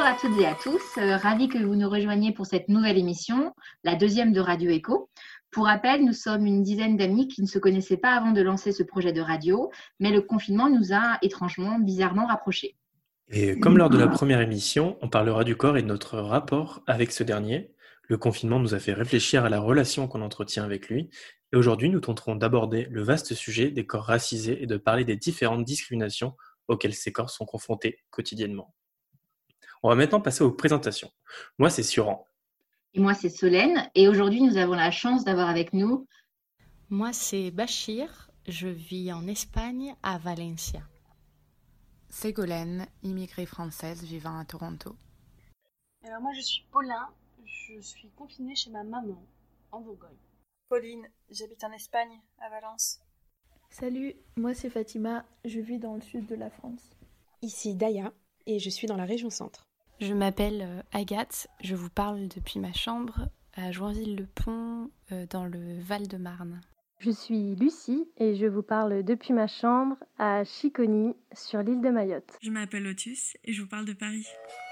à toutes et à tous, ravi que vous nous rejoigniez pour cette nouvelle émission, la deuxième de Radio Écho. Pour rappel, nous sommes une dizaine d'amis qui ne se connaissaient pas avant de lancer ce projet de radio, mais le confinement nous a étrangement, bizarrement rapprochés. Et comme lors de la première émission, on parlera du corps et de notre rapport avec ce dernier. Le confinement nous a fait réfléchir à la relation qu'on entretient avec lui. Et aujourd'hui, nous tenterons d'aborder le vaste sujet des corps racisés et de parler des différentes discriminations auxquelles ces corps sont confrontés quotidiennement. On va maintenant passer aux présentations. Moi, c'est Suran. Et moi, c'est Solène, et aujourd'hui, nous avons la chance d'avoir avec nous... Moi, c'est Bachir, je vis en Espagne, à Valencia. Ségolène, immigrée française vivant à Toronto. Alors moi, je suis Paulin, je suis confinée chez ma maman, en Bourgogne. Pauline, j'habite en Espagne, à Valence. Salut, moi c'est Fatima, je vis dans le sud de la France. Ici Daya, et je suis dans la région centre. Je m'appelle Agathe, je vous parle depuis ma chambre à Joinville-le-Pont, dans le Val-de-Marne. Je suis Lucie et je vous parle depuis ma chambre à Chiconi, sur l'île de Mayotte. Je m'appelle Lotus et je vous parle de Paris.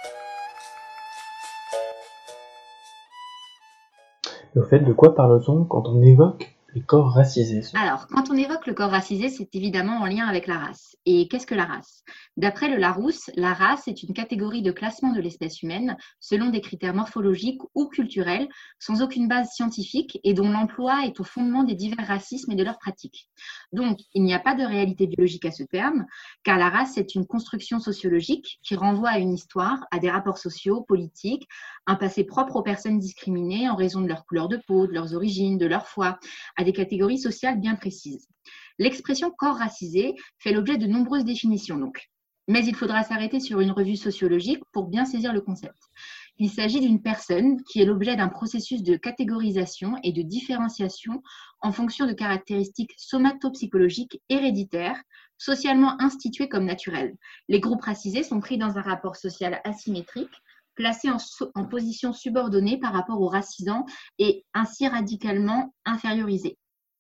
Et au fait, de quoi parle-t-on quand on évoque les corps racisés? Alors, quand on évoque le corps racisé, c'est évidemment en lien avec la race. Et qu'est-ce que la race? D'après le Larousse, la race est une catégorie de classement de l'espèce humaine selon des critères morphologiques ou culturels, sans aucune base scientifique et dont l'emploi est au fondement des divers racismes et de leurs pratiques. Donc, il n'y a pas de réalité biologique à ce terme, car la race est une construction sociologique qui renvoie à une histoire, à des rapports sociaux, politiques, un passé propre aux personnes discriminées en raison de leur couleur de peau, de leurs origines, de leur foi, à des catégories sociales bien précises. L'expression corps racisé fait l'objet de nombreuses définitions donc. Mais il faudra s'arrêter sur une revue sociologique pour bien saisir le concept. Il s'agit d'une personne qui est l'objet d'un processus de catégorisation et de différenciation en fonction de caractéristiques somatopsychologiques héréditaires, socialement instituées comme naturelles. Les groupes racisés sont pris dans un rapport social asymétrique, placés en position subordonnée par rapport aux racisants et ainsi radicalement infériorisés.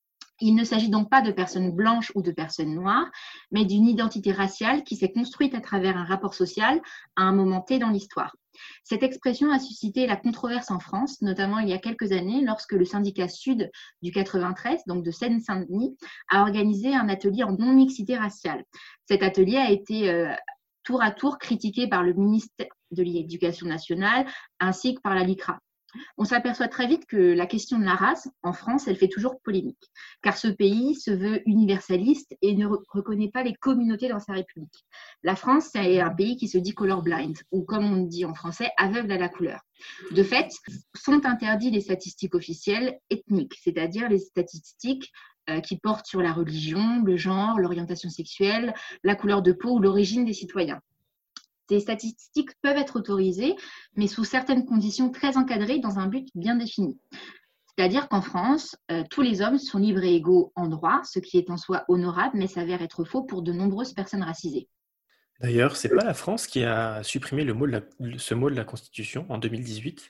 Il ne s'agit donc pas de personnes blanches ou de personnes noires, mais d'une identité raciale qui s'est construite à travers un rapport social à un moment T dans l'histoire. Cette expression a suscité la controverse en France, notamment il y a quelques années, lorsque le syndicat Sud du 93, donc de Seine-Saint-Denis, a organisé un atelier en non-mixité raciale. Cet atelier a été tour à tour critiqué par le ministère de l'Éducation nationale ainsi que par la LICRA. On s'aperçoit très vite que la question de la race, en France, elle fait toujours polémique, car ce pays se veut universaliste et ne reconnaît pas les communautés dans sa République. La France, c'est un pays qui se dit colorblind, ou comme on dit en français, aveugle à la couleur. De fait, sont interdits les statistiques officielles ethniques, c'est-à-dire les statistiques qui portent sur la religion, le genre, l'orientation sexuelle, la couleur de peau ou l'origine des citoyens. Ces statistiques peuvent être autorisées, mais sous certaines conditions très encadrées dans un but bien défini. C'est-à-dire qu'en France, tous les hommes sont libres et égaux en droit, ce qui est en soi honorable, mais s'avère être faux pour de nombreuses personnes racisées. D'ailleurs, c'est pas la France qui a supprimé ce mot de la Constitution en 2018?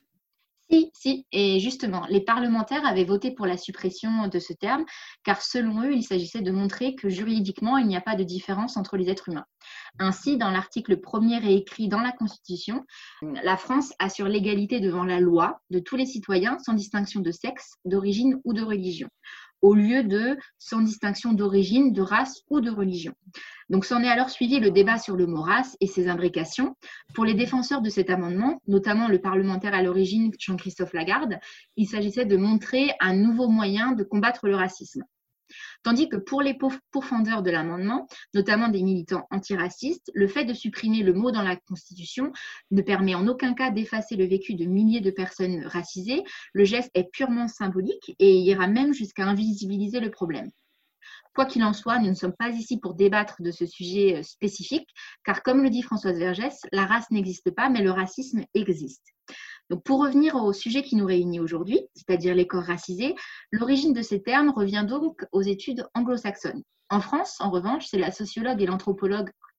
Si, et justement, les parlementaires avaient voté pour la suppression de ce terme, car selon eux, il s'agissait de montrer que juridiquement, il n'y a pas de différence entre les êtres humains. Ainsi, dans l'article 1er réécrit dans la Constitution, la France assure l'égalité devant la loi de tous les citoyens sans distinction de sexe, d'origine ou de religion, au lieu de sans distinction d'origine, de race ou de religion. Donc, s'en est alors suivi le débat sur le mot race et ses imbrications. Pour les défenseurs de cet amendement, notamment le parlementaire à l'origine Jean-Christophe Lagarde, il s'agissait de montrer un nouveau moyen de combattre le racisme. Tandis que pour les pourfendeurs de l'amendement, notamment des militants antiracistes, le fait de supprimer le mot dans la Constitution ne permet en aucun cas d'effacer le vécu de milliers de personnes racisées. Le geste est purement symbolique et ira même jusqu'à invisibiliser le problème. Quoi qu'il en soit, nous ne sommes pas ici pour débattre de ce sujet spécifique, car comme le dit Françoise Vergès, la race n'existe pas, mais le racisme existe. Donc, pour revenir au sujet qui nous réunit aujourd'hui, c'est-à-dire les corps racisés, l'origine de ces termes revient donc aux études anglo-saxonnes. En France, en revanche, c'est la sociologue et l'anthropologue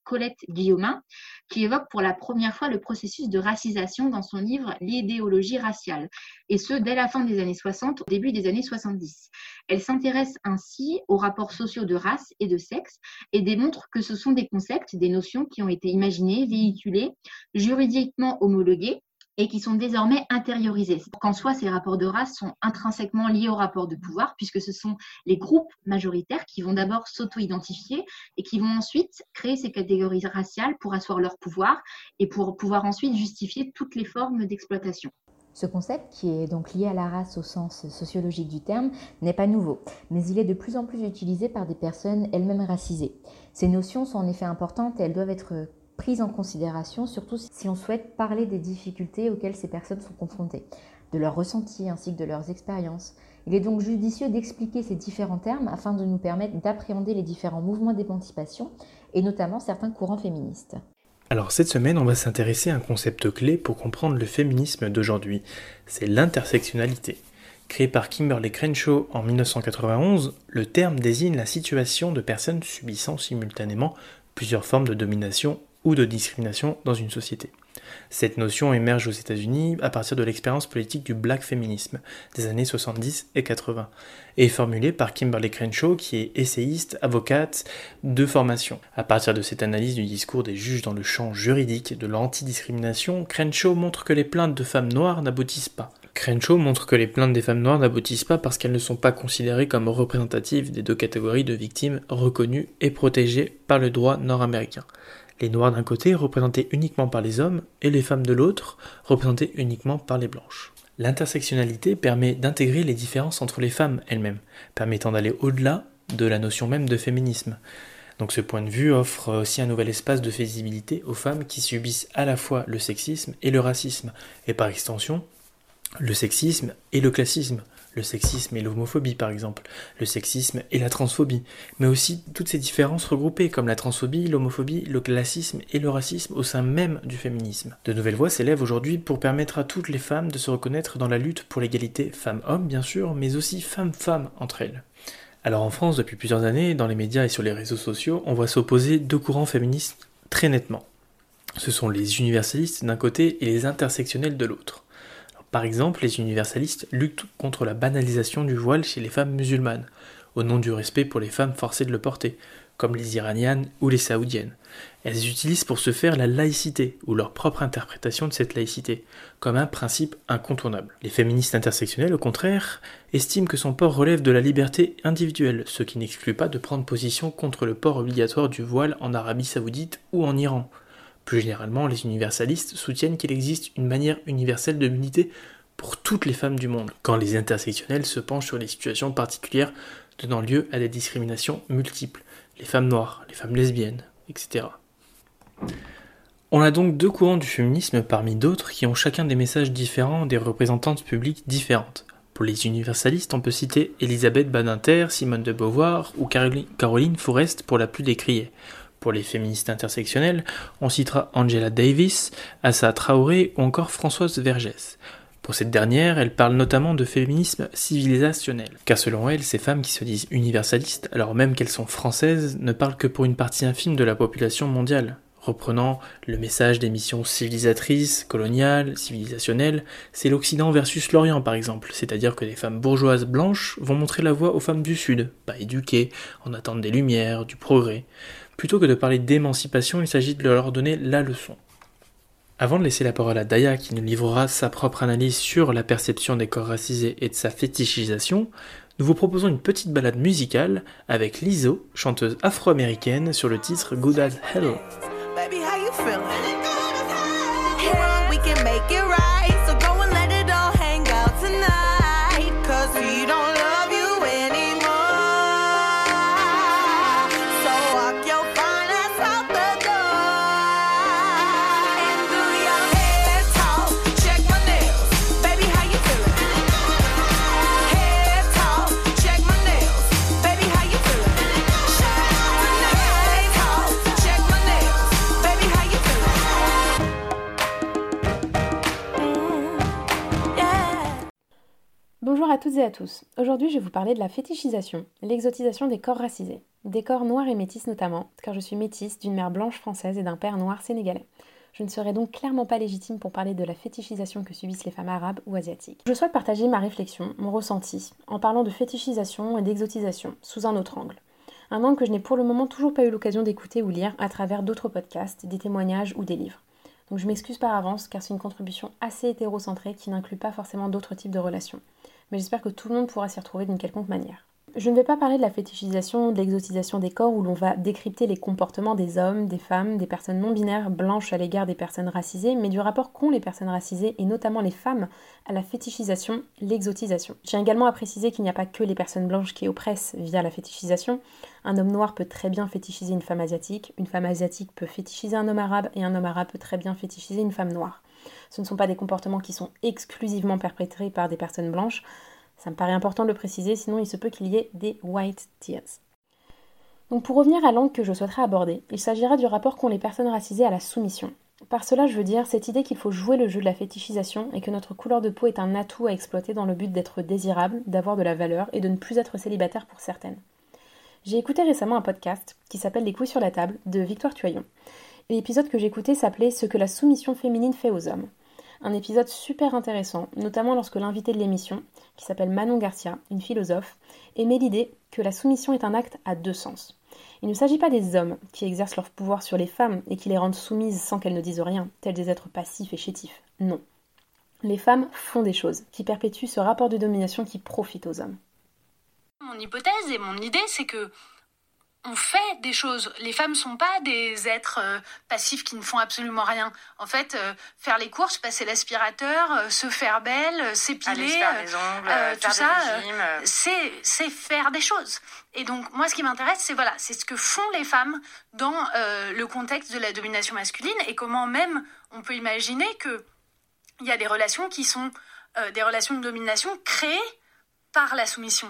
Colette Guillaumin, qui évoque pour la première fois le processus de racisation dans son livre « L'idéologie raciale », et ce, dès la fin des années 60, au début des années 70. Elle s'intéresse ainsi aux rapports sociaux de race et de sexe et démontre que ce sont des concepts, des notions qui ont été imaginées, véhiculées, juridiquement homologuées, et qui sont désormais intériorisés. Qu'en soi, ces rapports de race sont intrinsèquement liés au rapport de pouvoir, puisque ce sont les groupes majoritaires qui vont d'abord s'auto-identifier et qui vont ensuite créer ces catégories raciales pour asseoir leur pouvoir et pour pouvoir ensuite justifier toutes les formes d'exploitation. Ce concept, qui est donc lié à la race au sens sociologique du terme, n'est pas nouveau, mais il est de plus en plus utilisé par des personnes elles-mêmes racisées. Ces notions sont en effet importantes et elles doivent être prises en considération, surtout si on souhaite parler des difficultés auxquelles ces personnes sont confrontées, de leurs ressentis ainsi que de leurs expériences. Il est donc judicieux d'expliquer ces différents termes afin de nous permettre d'appréhender les différents mouvements d'émancipation et notamment certains courants féministes. Alors cette semaine, on va s'intéresser à un concept clé pour comprendre le féminisme d'aujourd'hui, c'est l'intersectionnalité. Créé par Kimberlé Crenshaw en 1991, le terme désigne la situation de personnes subissant simultanément plusieurs formes de domination ou de discrimination dans une société. Cette notion émerge aux États-Unis à partir de l'expérience politique du black féminisme des années 70 et 80 et est formulée par Kimberlé Crenshaw qui est essayiste, avocate de formation. À partir de cette analyse du discours des juges dans le champ juridique de l'antidiscrimination, Crenshaw montre que les plaintes de femmes noires n'aboutissent pas. Crenshaw montre que les plaintes des femmes noires n'aboutissent pas parce qu'elles ne sont pas considérées comme représentatives des deux catégories de victimes reconnues et protégées par le droit nord-américain. Les noirs d'un côté représentés uniquement par les hommes et les femmes de l'autre représentées uniquement par les blanches. L'intersectionnalité permet d'intégrer les différences entre les femmes elles-mêmes, permettant d'aller au-delà de la notion même de féminisme. Donc ce point de vue offre aussi un nouvel espace de visibilité aux femmes qui subissent à la fois le sexisme et le racisme, et par extension, le sexisme et le classisme. Le sexisme et l'homophobie par exemple, le sexisme et la transphobie, mais aussi toutes ces différences regroupées comme la transphobie, l'homophobie, le classisme et le racisme au sein même du féminisme. De nouvelles voix s'élèvent aujourd'hui pour permettre à toutes les femmes de se reconnaître dans la lutte pour l'égalité femmes-hommes bien sûr, mais aussi femmes-femmes entre elles. Alors en France, depuis plusieurs années, dans les médias et sur les réseaux sociaux, on voit s'opposer deux courants féministes très nettement. Ce sont les universalistes d'un côté et les intersectionnels de l'autre. Par exemple, les universalistes luttent contre la banalisation du voile chez les femmes musulmanes, au nom du respect pour les femmes forcées de le porter, comme les iraniennes ou les saoudiennes. Elles utilisent pour ce faire la laïcité, ou leur propre interprétation de cette laïcité, comme un principe incontournable. Les féministes intersectionnelles, au contraire, estiment que son port relève de la liberté individuelle, ce qui n'exclut pas de prendre position contre le port obligatoire du voile en Arabie Saoudite ou en Iran. Plus généralement, les universalistes soutiennent qu'il existe une manière universelle de militer pour toutes les femmes du monde, quand les intersectionnels se penchent sur les situations particulières donnant lieu à des discriminations multiples, les femmes noires, les femmes lesbiennes, etc. On a donc deux courants du féminisme parmi d'autres qui ont chacun des messages différents, des représentantes publiques différentes. Pour les universalistes, on peut citer Elisabeth Badinter, Simone de Beauvoir ou Caroline Fourest pour la plus décriée. Pour les féministes intersectionnelles, on citera Angela Davis, Assa Traoré ou encore Françoise Vergès. Pour cette dernière, elle parle notamment de féminisme civilisationnel, car selon elle, ces femmes qui se disent universalistes, alors même qu'elles sont françaises, ne parlent que pour une partie infime de la population mondiale. Reprenant le message des missions civilisatrices, coloniales, civilisationnelles, c'est l'Occident versus l'Orient par exemple, c'est-à-dire que les femmes bourgeoises blanches vont montrer la voie aux femmes du Sud, pas éduquées, en attente des Lumières, du progrès. Plutôt que de parler d'émancipation, il s'agit de leur donner la leçon. Avant de laisser la parole à Daya qui nous livrera sa propre analyse sur la perception des corps racisés et de sa fétichisation, nous vous proposons une petite balade musicale avec Lizzo, chanteuse afro-américaine, sur le titre Good as Hell. Baby, how you feeling? Yeah, we can make it right. So go and let it all hang out tonight. Cause we don't love you anymore. So walk your fine ass out the door. And do your head talk. Check my nails. Baby, how you feeling? Head talk. Check my nails. Baby, how you feeling? Head talk. Check my nails. Baby, how you feeling? à toutes et à tous. Aujourd'hui, je vais vous parler de la fétichisation, l'exotisation des corps racisés. Des corps noirs et métis notamment, car je suis métisse d'une mère blanche française et d'un père noir sénégalais. Je ne serai donc clairement pas légitime pour parler de la fétichisation que subissent les femmes arabes ou asiatiques. Je souhaite partager ma réflexion, mon ressenti, en parlant de fétichisation et d'exotisation, sous un autre angle. Un angle que je n'ai pour le moment toujours pas eu l'occasion d'écouter ou lire à travers d'autres podcasts, des témoignages ou des livres. Donc je m'excuse par avance car c'est une contribution assez hétérocentrée qui n'inclut pas forcément d'autres types de relations. Mais j'espère que tout le monde pourra s'y retrouver d'une quelconque manière. Je ne vais pas parler de la fétichisation, de l'exotisation des corps où l'on va décrypter les comportements des hommes, des femmes, des personnes non binaires blanches à l'égard des personnes racisées, mais du rapport qu'ont les personnes racisées et notamment les femmes à la fétichisation, l'exotisation. Je tiens également à préciser qu'il n'y a pas que les personnes blanches qui oppressent via la fétichisation. Un homme noir peut très bien fétichiser une femme asiatique peut fétichiser un homme arabe et un homme arabe peut très bien fétichiser une femme noire. Ce ne sont pas des comportements qui sont exclusivement perpétrés par des personnes blanches. Ça me paraît important de le préciser, sinon il se peut qu'il y ait des white tears. Donc pour revenir à l'angle que je souhaiterais aborder, il s'agira du rapport qu'ont les personnes racisées à la soumission. Par cela, je veux dire cette idée qu'il faut jouer le jeu de la fétichisation et que notre couleur de peau est un atout à exploiter dans le but d'être désirable, d'avoir de la valeur et de ne plus être célibataire pour certaines. J'ai écouté récemment un podcast qui s'appelle Les couilles sur la table de Victoire Tuaillon. L'épisode que j'écoutais s'appelait Ce que la soumission féminine fait aux hommes. Un épisode super intéressant, notamment lorsque l'invité de l'émission, qui s'appelle Manon Garcia, une philosophe, émet l'idée que la soumission est un acte à deux sens. Il ne s'agit pas des hommes qui exercent leur pouvoir sur les femmes et qui les rendent soumises sans qu'elles ne disent rien, tels des êtres passifs et chétifs. Non. Les femmes font des choses qui perpétuent ce rapport de domination qui profite aux hommes. Mon hypothèse et mon idée, c'est que on fait des choses. Les femmes sont pas des êtres passifs qui ne font absolument rien. En fait, faire les courses, passer l'aspirateur, se faire belle, s'épiler, aller se faire les ongles, tout faire ça, des régimes, c'est faire des choses. Et donc, moi, ce qui m'intéresse, c'est ce que font les femmes dans le contexte de la domination masculine et comment même on peut imaginer que il y a des relations qui sont des relations de domination créées par la soumission.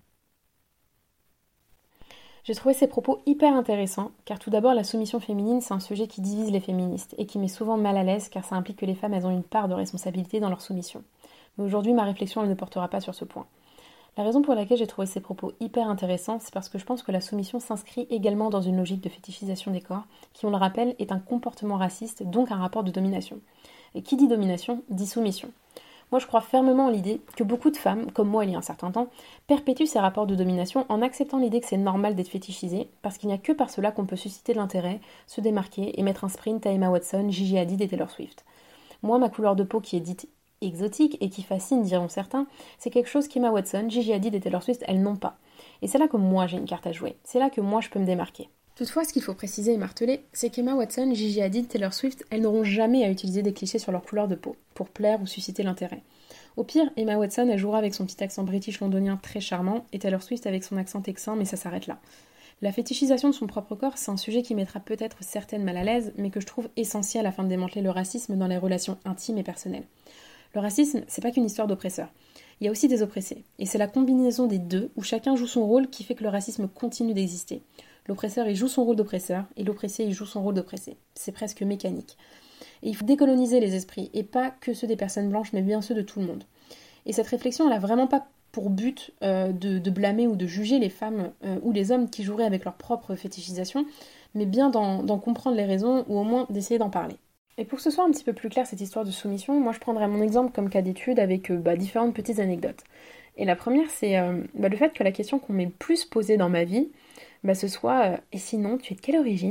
J'ai trouvé ces propos hyper intéressants, car tout d'abord la soumission féminine c'est un sujet qui divise les féministes et qui met souvent mal à l'aise car ça implique que les femmes elles ont une part de responsabilité dans leur soumission. Mais aujourd'hui ma réflexion elle ne portera pas sur ce point. La raison pour laquelle j'ai trouvé ces propos hyper intéressants, c'est parce que je pense que la soumission s'inscrit également dans une logique de fétichisation des corps, qui on le rappelle est un comportement raciste, donc un rapport de domination. Et qui dit domination, dit soumission. Moi, je crois fermement en l'idée que beaucoup de femmes, comme moi il y a un certain temps, perpétuent ces rapports de domination en acceptant l'idée que c'est normal d'être fétichisé, parce qu'il n'y a que par cela qu'on peut susciter de l'intérêt, se démarquer et mettre un sprint à Emma Watson, Gigi Hadid et Taylor Swift. Moi, ma couleur de peau qui est dite exotique et qui fascine, diront certains, c'est quelque chose qu'Emma Watson, Gigi Hadid et Taylor Swift, elles n'ont pas. Et c'est là que moi j'ai une carte à jouer, c'est là que moi je peux me démarquer. Toutefois, ce qu'il faut préciser et marteler, c'est qu'Emma Watson, Gigi Hadid, Taylor Swift, elles n'auront jamais à utiliser des clichés sur leur couleur de peau, pour plaire ou susciter l'intérêt. Au pire, Emma Watson, elle jouera avec son petit accent british londonien très charmant, et Taylor Swift avec son accent texan, mais ça s'arrête là. La fétichisation de son propre corps, c'est un sujet qui mettra peut-être certaines mal à l'aise, mais que je trouve essentiel afin de démanteler le racisme dans les relations intimes et personnelles. Le racisme, c'est pas qu'une histoire d'oppresseurs. Il y a aussi des oppressés, et c'est la combinaison des deux, où chacun joue son rôle, qui fait que le racisme continue d'exister. L'oppresseur, il joue son rôle d'oppresseur, et l'oppressé, il joue son rôle d'oppressé. C'est presque mécanique. Et il faut décoloniser les esprits, et pas que ceux des personnes blanches, mais bien ceux de tout le monde. Et cette réflexion, elle n'a vraiment pas pour but de blâmer ou de juger les femmes ou les hommes qui joueraient avec leur propre fétichisation, mais bien d'en comprendre les raisons, ou au moins d'essayer d'en parler. Et pour que ce soit un petit peu plus clair cette histoire de soumission, moi je prendrais mon exemple comme cas d'étude avec différentes petites anecdotes. Et la première, c'est le fait que la question qu'on m'ait le plus posée dans ma vie, ce soit « Et sinon, tu es de quelle origine ?»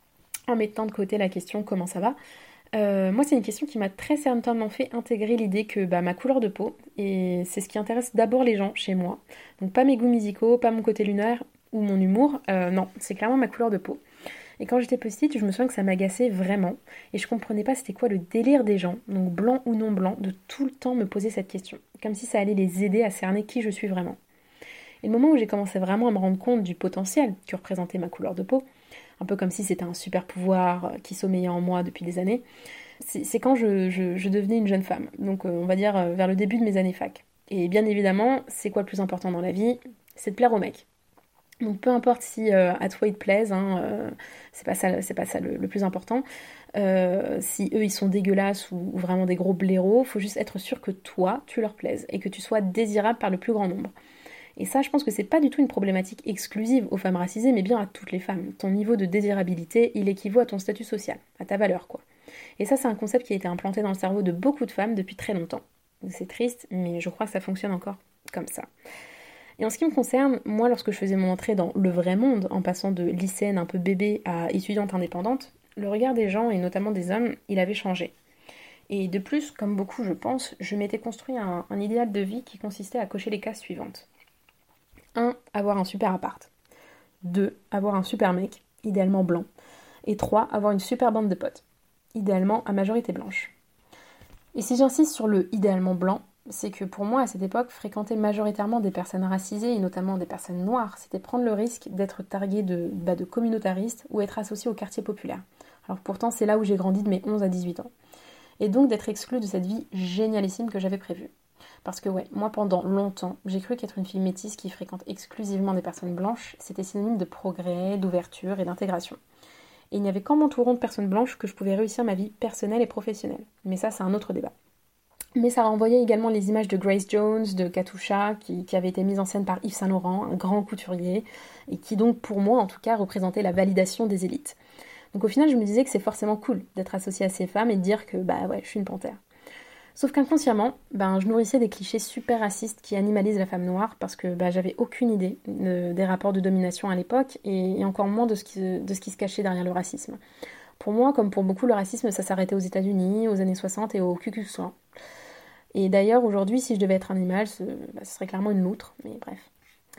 En mettant de côté la question « Comment ça va ?» Moi, c'est une question qui m'a très certainement fait intégrer l'idée que ma couleur de peau, et c'est ce qui intéresse d'abord les gens chez moi. Donc pas mes goûts musicaux, pas mon côté lunaire ou mon humour, non, c'est clairement ma couleur de peau. Et quand j'étais petite, je me souviens que ça m'agaçait vraiment, et je comprenais pas c'était quoi le délire des gens, donc blanc ou non blanc, de tout le temps me poser cette question, comme si ça allait les aider à cerner qui je suis vraiment. Et le moment où j'ai commencé vraiment à me rendre compte du potentiel que représentait ma couleur de peau, un peu comme si c'était un super pouvoir qui sommeillait en moi depuis des années, c'est quand je devenais une jeune femme, donc on va dire vers le début de mes années fac. Et bien évidemment, c'est quoi le plus important dans la vie ? C'est de plaire aux mecs. Donc peu importe si à toi ils te plaisent, c'est pas ça le plus important. Si eux ils sont dégueulasses ou vraiment des gros blaireaux, faut juste être sûr que toi tu leur plaises et que tu sois désirable par le plus grand nombre. Et ça, je pense que c'est pas du tout une problématique exclusive aux femmes racisées, mais bien à toutes les femmes. Ton niveau de désirabilité, il équivaut à ton statut social, à ta valeur, quoi. Et ça, c'est un concept qui a été implanté dans le cerveau de beaucoup de femmes depuis très longtemps. C'est triste, mais je crois que ça fonctionne encore comme ça. Et en ce qui me concerne, moi, lorsque je faisais mon entrée dans le vrai monde, en passant de lycéenne un peu bébé à étudiante indépendante, le regard des gens, et notamment des hommes, il avait changé. Et de plus, comme beaucoup, je pense, je m'étais construit un idéal de vie qui consistait à cocher les cases suivantes. 1. Avoir un super appart. 2. Avoir un super mec, idéalement blanc. Et 3. Avoir une super bande de potes, idéalement à majorité blanche. Et si j'insiste sur le idéalement blanc, c'est que pour moi, à cette époque, fréquenter majoritairement des personnes racisées, et notamment des personnes noires, c'était prendre le risque d'être targué de communautariste ou être associé au quartier populaire. Alors pourtant, c'est là où j'ai grandi de mes 11 à 18 ans. Et donc d'être exclue de cette vie génialissime que j'avais prévue. Parce que ouais, moi pendant longtemps, j'ai cru qu'être une fille métisse qui fréquente exclusivement des personnes blanches, c'était synonyme de progrès, d'ouverture et d'intégration. Et il n'y avait qu'en m'entourant de personnes blanches que je pouvais réussir ma vie personnelle et professionnelle. Mais ça, c'est un autre débat. Mais ça renvoyait également les images de Grace Jones, de Katusha, qui avaient été mises en scène par Yves Saint Laurent, un grand couturier, et qui donc, pour moi en tout cas, représentait la validation des élites. Donc au final, je me disais que c'est forcément cool d'être associée à ces femmes et de dire que, bah ouais, je suis une panthère. Sauf qu'inconsciemment, je nourrissais des clichés super racistes qui animalisent la femme noire parce que j'avais aucune idée des rapports de domination à l'époque et encore moins de ce qui se cachait derrière le racisme. Pour moi, comme pour beaucoup, le racisme, ça s'arrêtait aux États-Unis, aux années 60 et au Ku Klux Klan. Et d'ailleurs, aujourd'hui, si je devais être un animal, ce serait clairement une loutre, mais bref.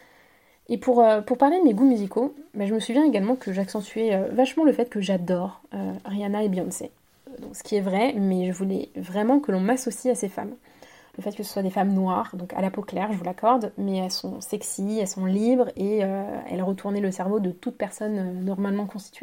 Et pour parler de mes goûts musicaux, je me souviens également que j'accentuais vachement le fait que j'adore Rihanna et Beyoncé. Donc, ce qui est vrai, mais je voulais vraiment que l'on m'associe à ces femmes. Le fait que ce soit des femmes noires, donc à la peau claire, je vous l'accorde, mais elles sont sexy, elles sont libres et elles retournaient le cerveau de toute personne normalement constituée.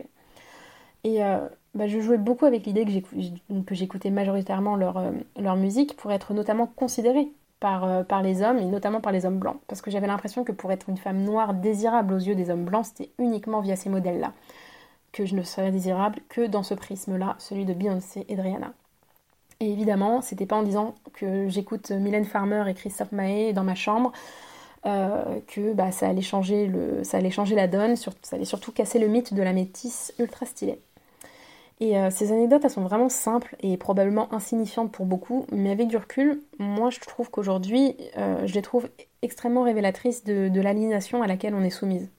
Et je jouais beaucoup avec l'idée que j'écoutais majoritairement leur musique pour être notamment considérée par les hommes, et notamment par les hommes blancs. Parce que j'avais l'impression que pour être une femme noire désirable aux yeux des hommes blancs, c'était uniquement via ces modèles-là que je ne serais désirable que dans ce prisme-là, celui de Beyoncé et de Rihanna. Et évidemment, c'était pas en disant que j'écoute Mylène Farmer et Christophe Maé dans ma chambre que ça allait changer la donne, ça allait surtout casser le mythe de la métisse ultra stylée. Et ces anecdotes, elles sont vraiment simples et probablement insignifiantes pour beaucoup, mais avec du recul, moi je trouve qu'aujourd'hui, je les trouve extrêmement révélatrices de l'aliénation à laquelle on est soumise.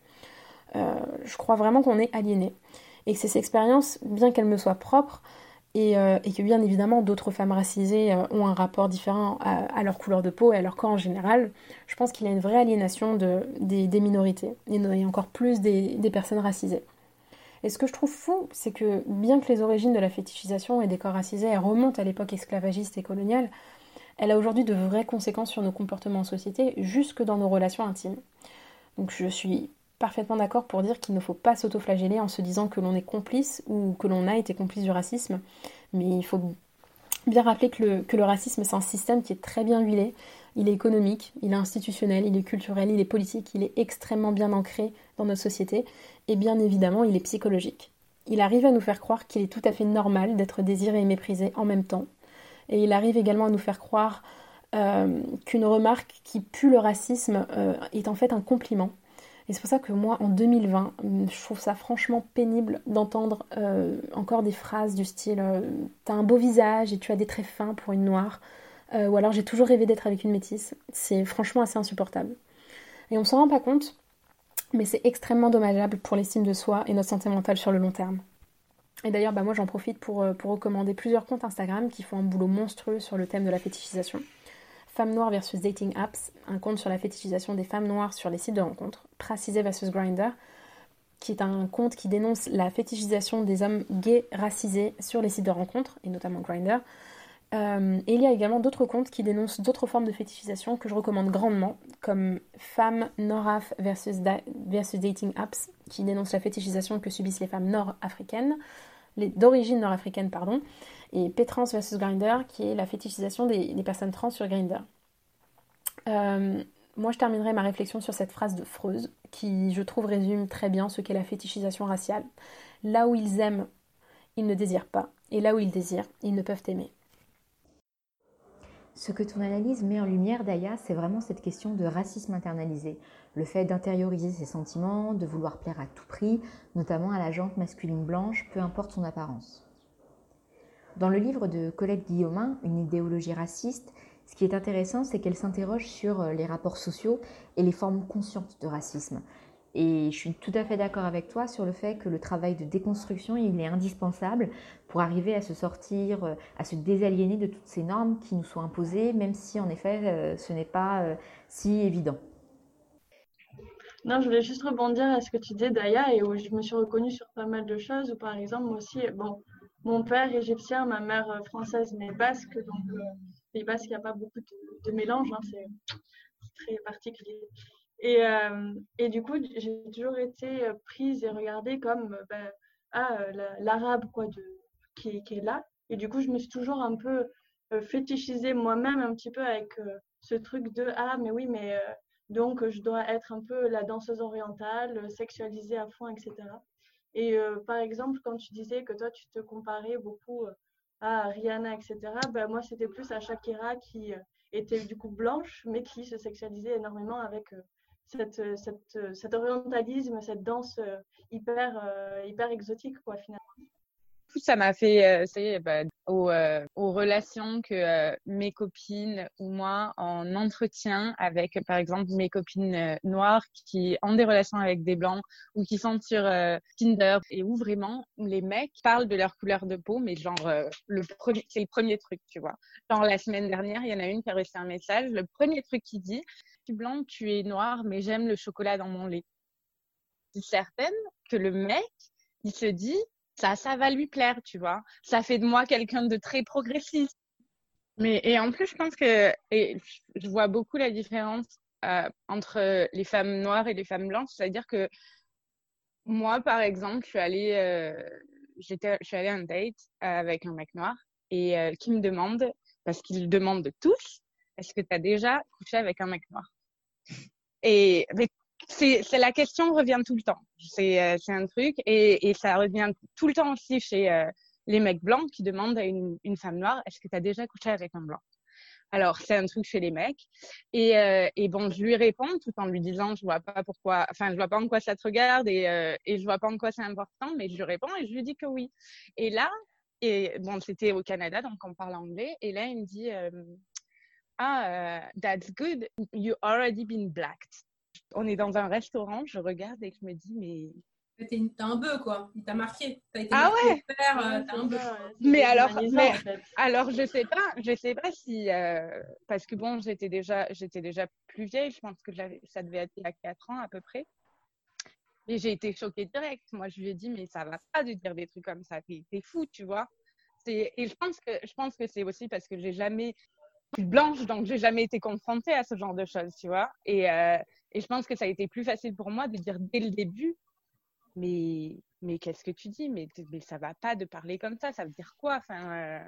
Je crois vraiment qu'on est aliéné. Et que ces expériences, bien qu'elles me soient propres, et que bien évidemment d'autres femmes racisées ont un rapport différent à leur couleur de peau et à leur corps en général, je pense qu'il y a une vraie aliénation des minorités, et encore plus des personnes racisées. Et ce que je trouve fou, c'est que bien que les origines de la fétichisation et des corps racisés remontent à l'époque esclavagiste et coloniale, elle a aujourd'hui de vraies conséquences sur nos comportements en société, jusque dans nos relations intimes. Donc je suis parfaitement d'accord pour dire qu'il ne faut pas s'autoflageller en se disant que l'on est complice ou que l'on a été complice du racisme, mais il faut bien rappeler que le racisme, c'est un système qui est très bien huilé. Il est économique, il est institutionnel, il est culturel, il est politique, il est extrêmement bien ancré dans notre société et bien évidemment il est psychologique. Il arrive à nous faire croire qu'il est tout à fait normal d'être désiré et méprisé en même temps et il arrive également à nous faire croire qu'une remarque qui pue le racisme est en fait un compliment. Et c'est pour ça que moi, en 2020, je trouve ça franchement pénible d'entendre encore des phrases du style « T'as un beau visage et tu as des traits fins pour une noire » ou alors « J'ai toujours rêvé d'être avec une métisse ». C'est franchement assez insupportable. Et on ne s'en rend pas compte, mais c'est extrêmement dommageable pour l'estime de soi et notre santé mentale sur le long terme. Et d'ailleurs, moi j'en profite pour recommander plusieurs comptes Instagram qui font un boulot monstrueux sur le thème de la fétichisation. Femmes noires versus Dating Apps, un compte sur la fétichisation des femmes noires sur les sites de rencontres, Pracisé versus Grindr, qui est un compte qui dénonce la fétichisation des hommes gays racisés sur les sites de rencontres, et notamment Grindr. Et il y a également d'autres comptes qui dénoncent d'autres formes de fétichisation que je recommande grandement, comme Femmes Nord-Af versus Dating Apps, qui dénonce la fétichisation que subissent les femmes nord-africaines, d'origine nord-africaine, pardon, et Pétrans versus Grindr, qui est la fétichisation des personnes trans sur Grindr. Moi, je terminerai ma réflexion sur cette phrase de Freud qui, je trouve, résume très bien ce qu'est la fétichisation raciale. Là où ils aiment, ils ne désirent pas, et là où ils désirent, ils ne peuvent aimer. Ce que ton analyse met en lumière, Daya, c'est vraiment cette question de racisme internalisé. Le fait d'intérioriser ses sentiments, de vouloir plaire à tout prix, notamment à la gente masculine blanche, peu importe son apparence. Dans le livre de Colette Guillaumin, Une idéologie raciste, ce qui est intéressant, c'est qu'elle s'interroge sur les rapports sociaux et les formes conscientes de racisme. Et je suis tout à fait d'accord avec toi sur le fait que le travail de déconstruction, il est indispensable pour arriver à se sortir, à se désaliéner de toutes ces normes qui nous sont imposées, même si en effet ce n'est pas si évident. Non, je voulais juste rebondir à ce que tu disais, Daya, et où je me suis reconnue sur pas mal de choses, où par exemple, moi aussi, bon, mon père égyptien, ma mère française, mais basque, donc Pays basque, il n'y a pas beaucoup de mélange, hein, c'est très particulier. Et du coup, j'ai toujours été prise et regardée comme l'arabe quoi, qui est là. Et du coup, je me suis toujours un peu fétichisée moi-même un petit peu avec ce truc de ah, mais oui, mais donc je dois être un peu la danseuse orientale, sexualisée à fond, etc. Et par exemple, quand tu disais que toi, tu te comparais beaucoup à Rihanna, etc., ben, moi, c'était plus à Shakira qui était du coup blanche, mais qui se sexualisait énormément avec cet orientalisme, cette danse hyper exotique, quoi, finalement. Ça m'a fait aux relations que mes copines ou moi en entretien avec, par exemple, mes copines noires qui ont des relations avec des blancs ou qui sont sur Tinder et où vraiment les mecs parlent de leur couleur de peau, mais genre c'est le premier truc, tu vois. Genre la semaine dernière, il y en a une qui a reçu un message, le premier truc qu'il dit, tu es blanc, tu es noir, mais j'aime le chocolat dans mon lait. Je suis certaine que le mec, il se dit ça va lui plaire, tu vois. Ça fait de moi quelqu'un de très progressiste. Et en plus, je pense que je vois beaucoup la différence entre les femmes noires et les femmes blanches. C'est-à-dire que moi, par exemple, je suis allée à un date avec un mec noir et qui me demande, parce qu'il le demande de tous, est-ce que tu as déjà couché avec un mec noir? Et la question revient tout le temps. C'est un truc et ça revient tout le temps aussi chez les mecs blancs qui demandent à une femme noire, est-ce que tu as déjà couché avec un blanc? Alors, c'est un truc chez les mecs. Et bon, je lui réponds tout en lui disant, je vois pas en quoi ça te regarde et je vois pas en quoi c'est important, mais je lui réponds et je lui dis que oui. Et là, bon, c'était au Canada, donc on parle anglais. Et là, il me dit, that's good, you already been blacked. On est dans un restaurant, je regarde et je me dis, mais... T'as un bœuf, quoi. Il t'a marqué. T'as été ouais. T'as un bœuf. Alors, je sais pas si... parce que bon, j'étais déjà plus vieille. Je pense que ça devait être il y a 4 ans à peu près. Et j'ai été choquée direct. Moi, je lui ai dit, mais ça va pas de dire des trucs comme ça. T'es fou, tu vois. Et je pense que c'est aussi parce que j'ai jamais... Je suis blanche, donc j'ai jamais été confrontée à ce genre de choses, tu vois. Et je pense que ça a été plus facile pour moi de dire dès le début, mais qu'est-ce que tu dis? Mais ça va pas de parler comme ça veut dire quoi? Enfin,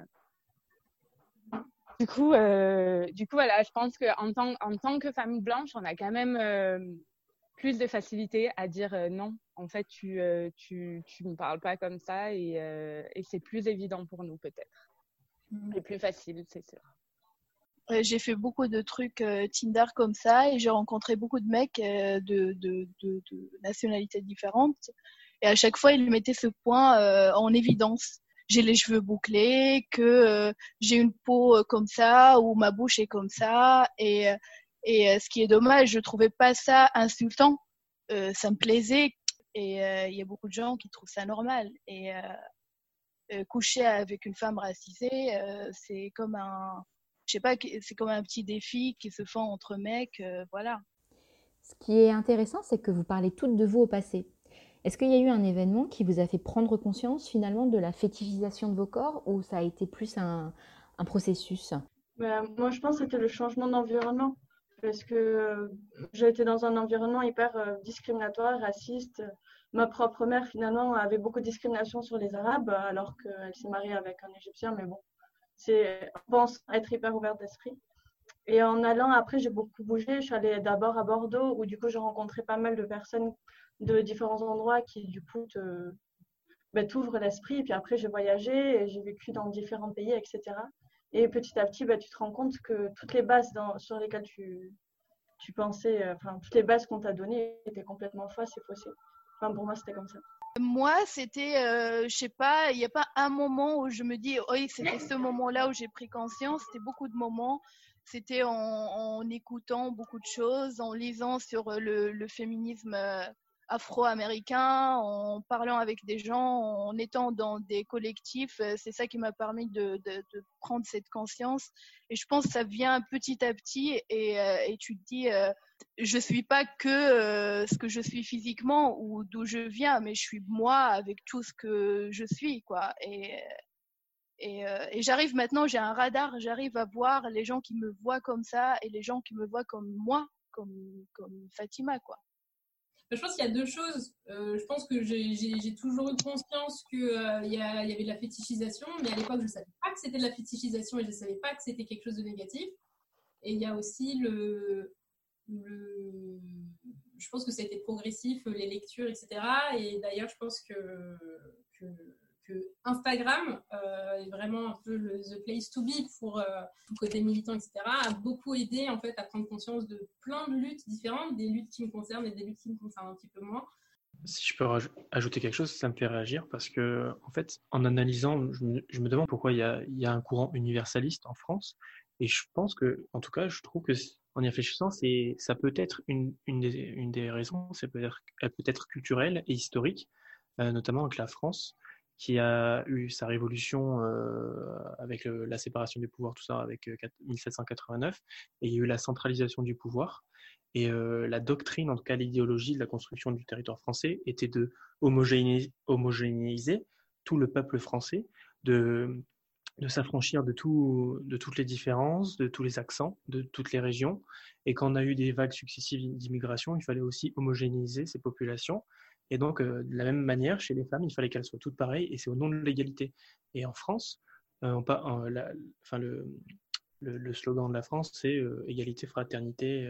du coup, voilà, je pense qu'en tant que femme blanche, on a quand même plus de facilité à dire non. En fait, tu me parles pas comme ça et c'est plus évident pour nous peut-être. Et plus facile, c'est sûr. J'ai fait beaucoup de trucs Tinder comme ça et j'ai rencontré beaucoup de mecs de nationalités différentes et à chaque fois ils mettaient ce point en évidence. J'ai les cheveux bouclés, que j'ai une peau comme ça ou ma bouche est comme ça et ce qui est dommage, je trouvais pas ça insultant, ça me plaisait et il y a beaucoup de gens qui trouvent ça normal et coucher avec une femme racisée c'est comme c'est comme un petit défi qui se fait entre mecs, voilà. Ce qui est intéressant, c'est que vous parlez toutes de vous au passé. Est-ce qu'il y a eu un événement qui vous a fait prendre conscience finalement de la fétichisation de vos corps ou ça a été plus un processus? Moi, je pense que c'était le changement d'environnement parce que j'ai été dans un environnement hyper discriminatoire, raciste. Ma propre mère, finalement, avait beaucoup de discrimination sur les Arabes alors qu'elle s'est mariée avec un Égyptien, mais bon. On pense être hyper ouvert d'esprit. Et en allant, après, j'ai beaucoup bougé. Je suis allée d'abord à Bordeaux, où du coup, j'ai rencontré pas mal de personnes de différents endroits qui, du coup, t'ouvrent l'esprit. Et puis après, j'ai voyagé et j'ai vécu dans différents pays, etc. Et petit à petit, tu te rends compte que toutes les bases sur lesquelles tu pensais, toutes les bases qu'on t'a données étaient complètement fausses et faussées. Enfin, pour moi, c'était comme ça. Moi, c'était, je sais pas, il n'y a pas un moment où je me dis, oui, c'était ce moment-là où j'ai pris conscience. C'était beaucoup de moments. C'était en écoutant beaucoup de choses, en lisant sur le féminisme afro-américain, en parlant avec des gens, en étant dans des collectifs. C'est ça qui m'a permis de prendre cette conscience. Et je pense que ça vient petit à petit et tu te dis, je suis pas que ce que je suis physiquement ou d'où je viens, mais je suis moi avec tout ce que je suis, quoi. Et j'arrive maintenant, j'ai un radar, j'arrive à voir les gens qui me voient comme ça et les gens qui me voient comme moi, comme Fatima, quoi. Je pense qu'il y a deux choses. Je pense que j'ai toujours eu conscience qu'il y avait de la fétichisation, mais à l'époque, je ne savais pas que c'était de la fétichisation et je ne savais pas que c'était quelque chose de négatif. Et il y a aussi je pense que ça a été progressif, les lectures, etc. Et d'ailleurs, je pense que Instagram est vraiment un peu the place to be pour le côté militant, etc. a beaucoup aidé en fait à prendre conscience de plein de luttes différentes, des luttes qui me concernent et des luttes qui me concernent un petit peu moins. Si je peux ajouter quelque chose, ça me fait réagir parce que, en fait, en analysant, je me demande pourquoi il y a un courant universaliste en France. Et je pense que, en tout cas, je trouve que en y réfléchissant, ça peut être une des raisons, elle peut être culturelle et historique, notamment avec la France, qui a eu sa révolution avec la séparation des pouvoirs, tout ça, avec 1789, et il y a eu la centralisation du pouvoir. Et la doctrine, en tout cas l'idéologie de la construction du territoire français, était de homogénéiser tout le peuple français, de s'affranchir de toutes les différences, de tous les accents, de toutes les régions. Et quand on a eu des vagues successives d'immigration, il fallait aussi homogénéiser ces populations. Et donc, de la même manière, chez les femmes, il fallait qu'elles soient toutes pareilles, et c'est au nom de l'égalité. Et en France, le slogan de la France, c'est égalité, fraternité,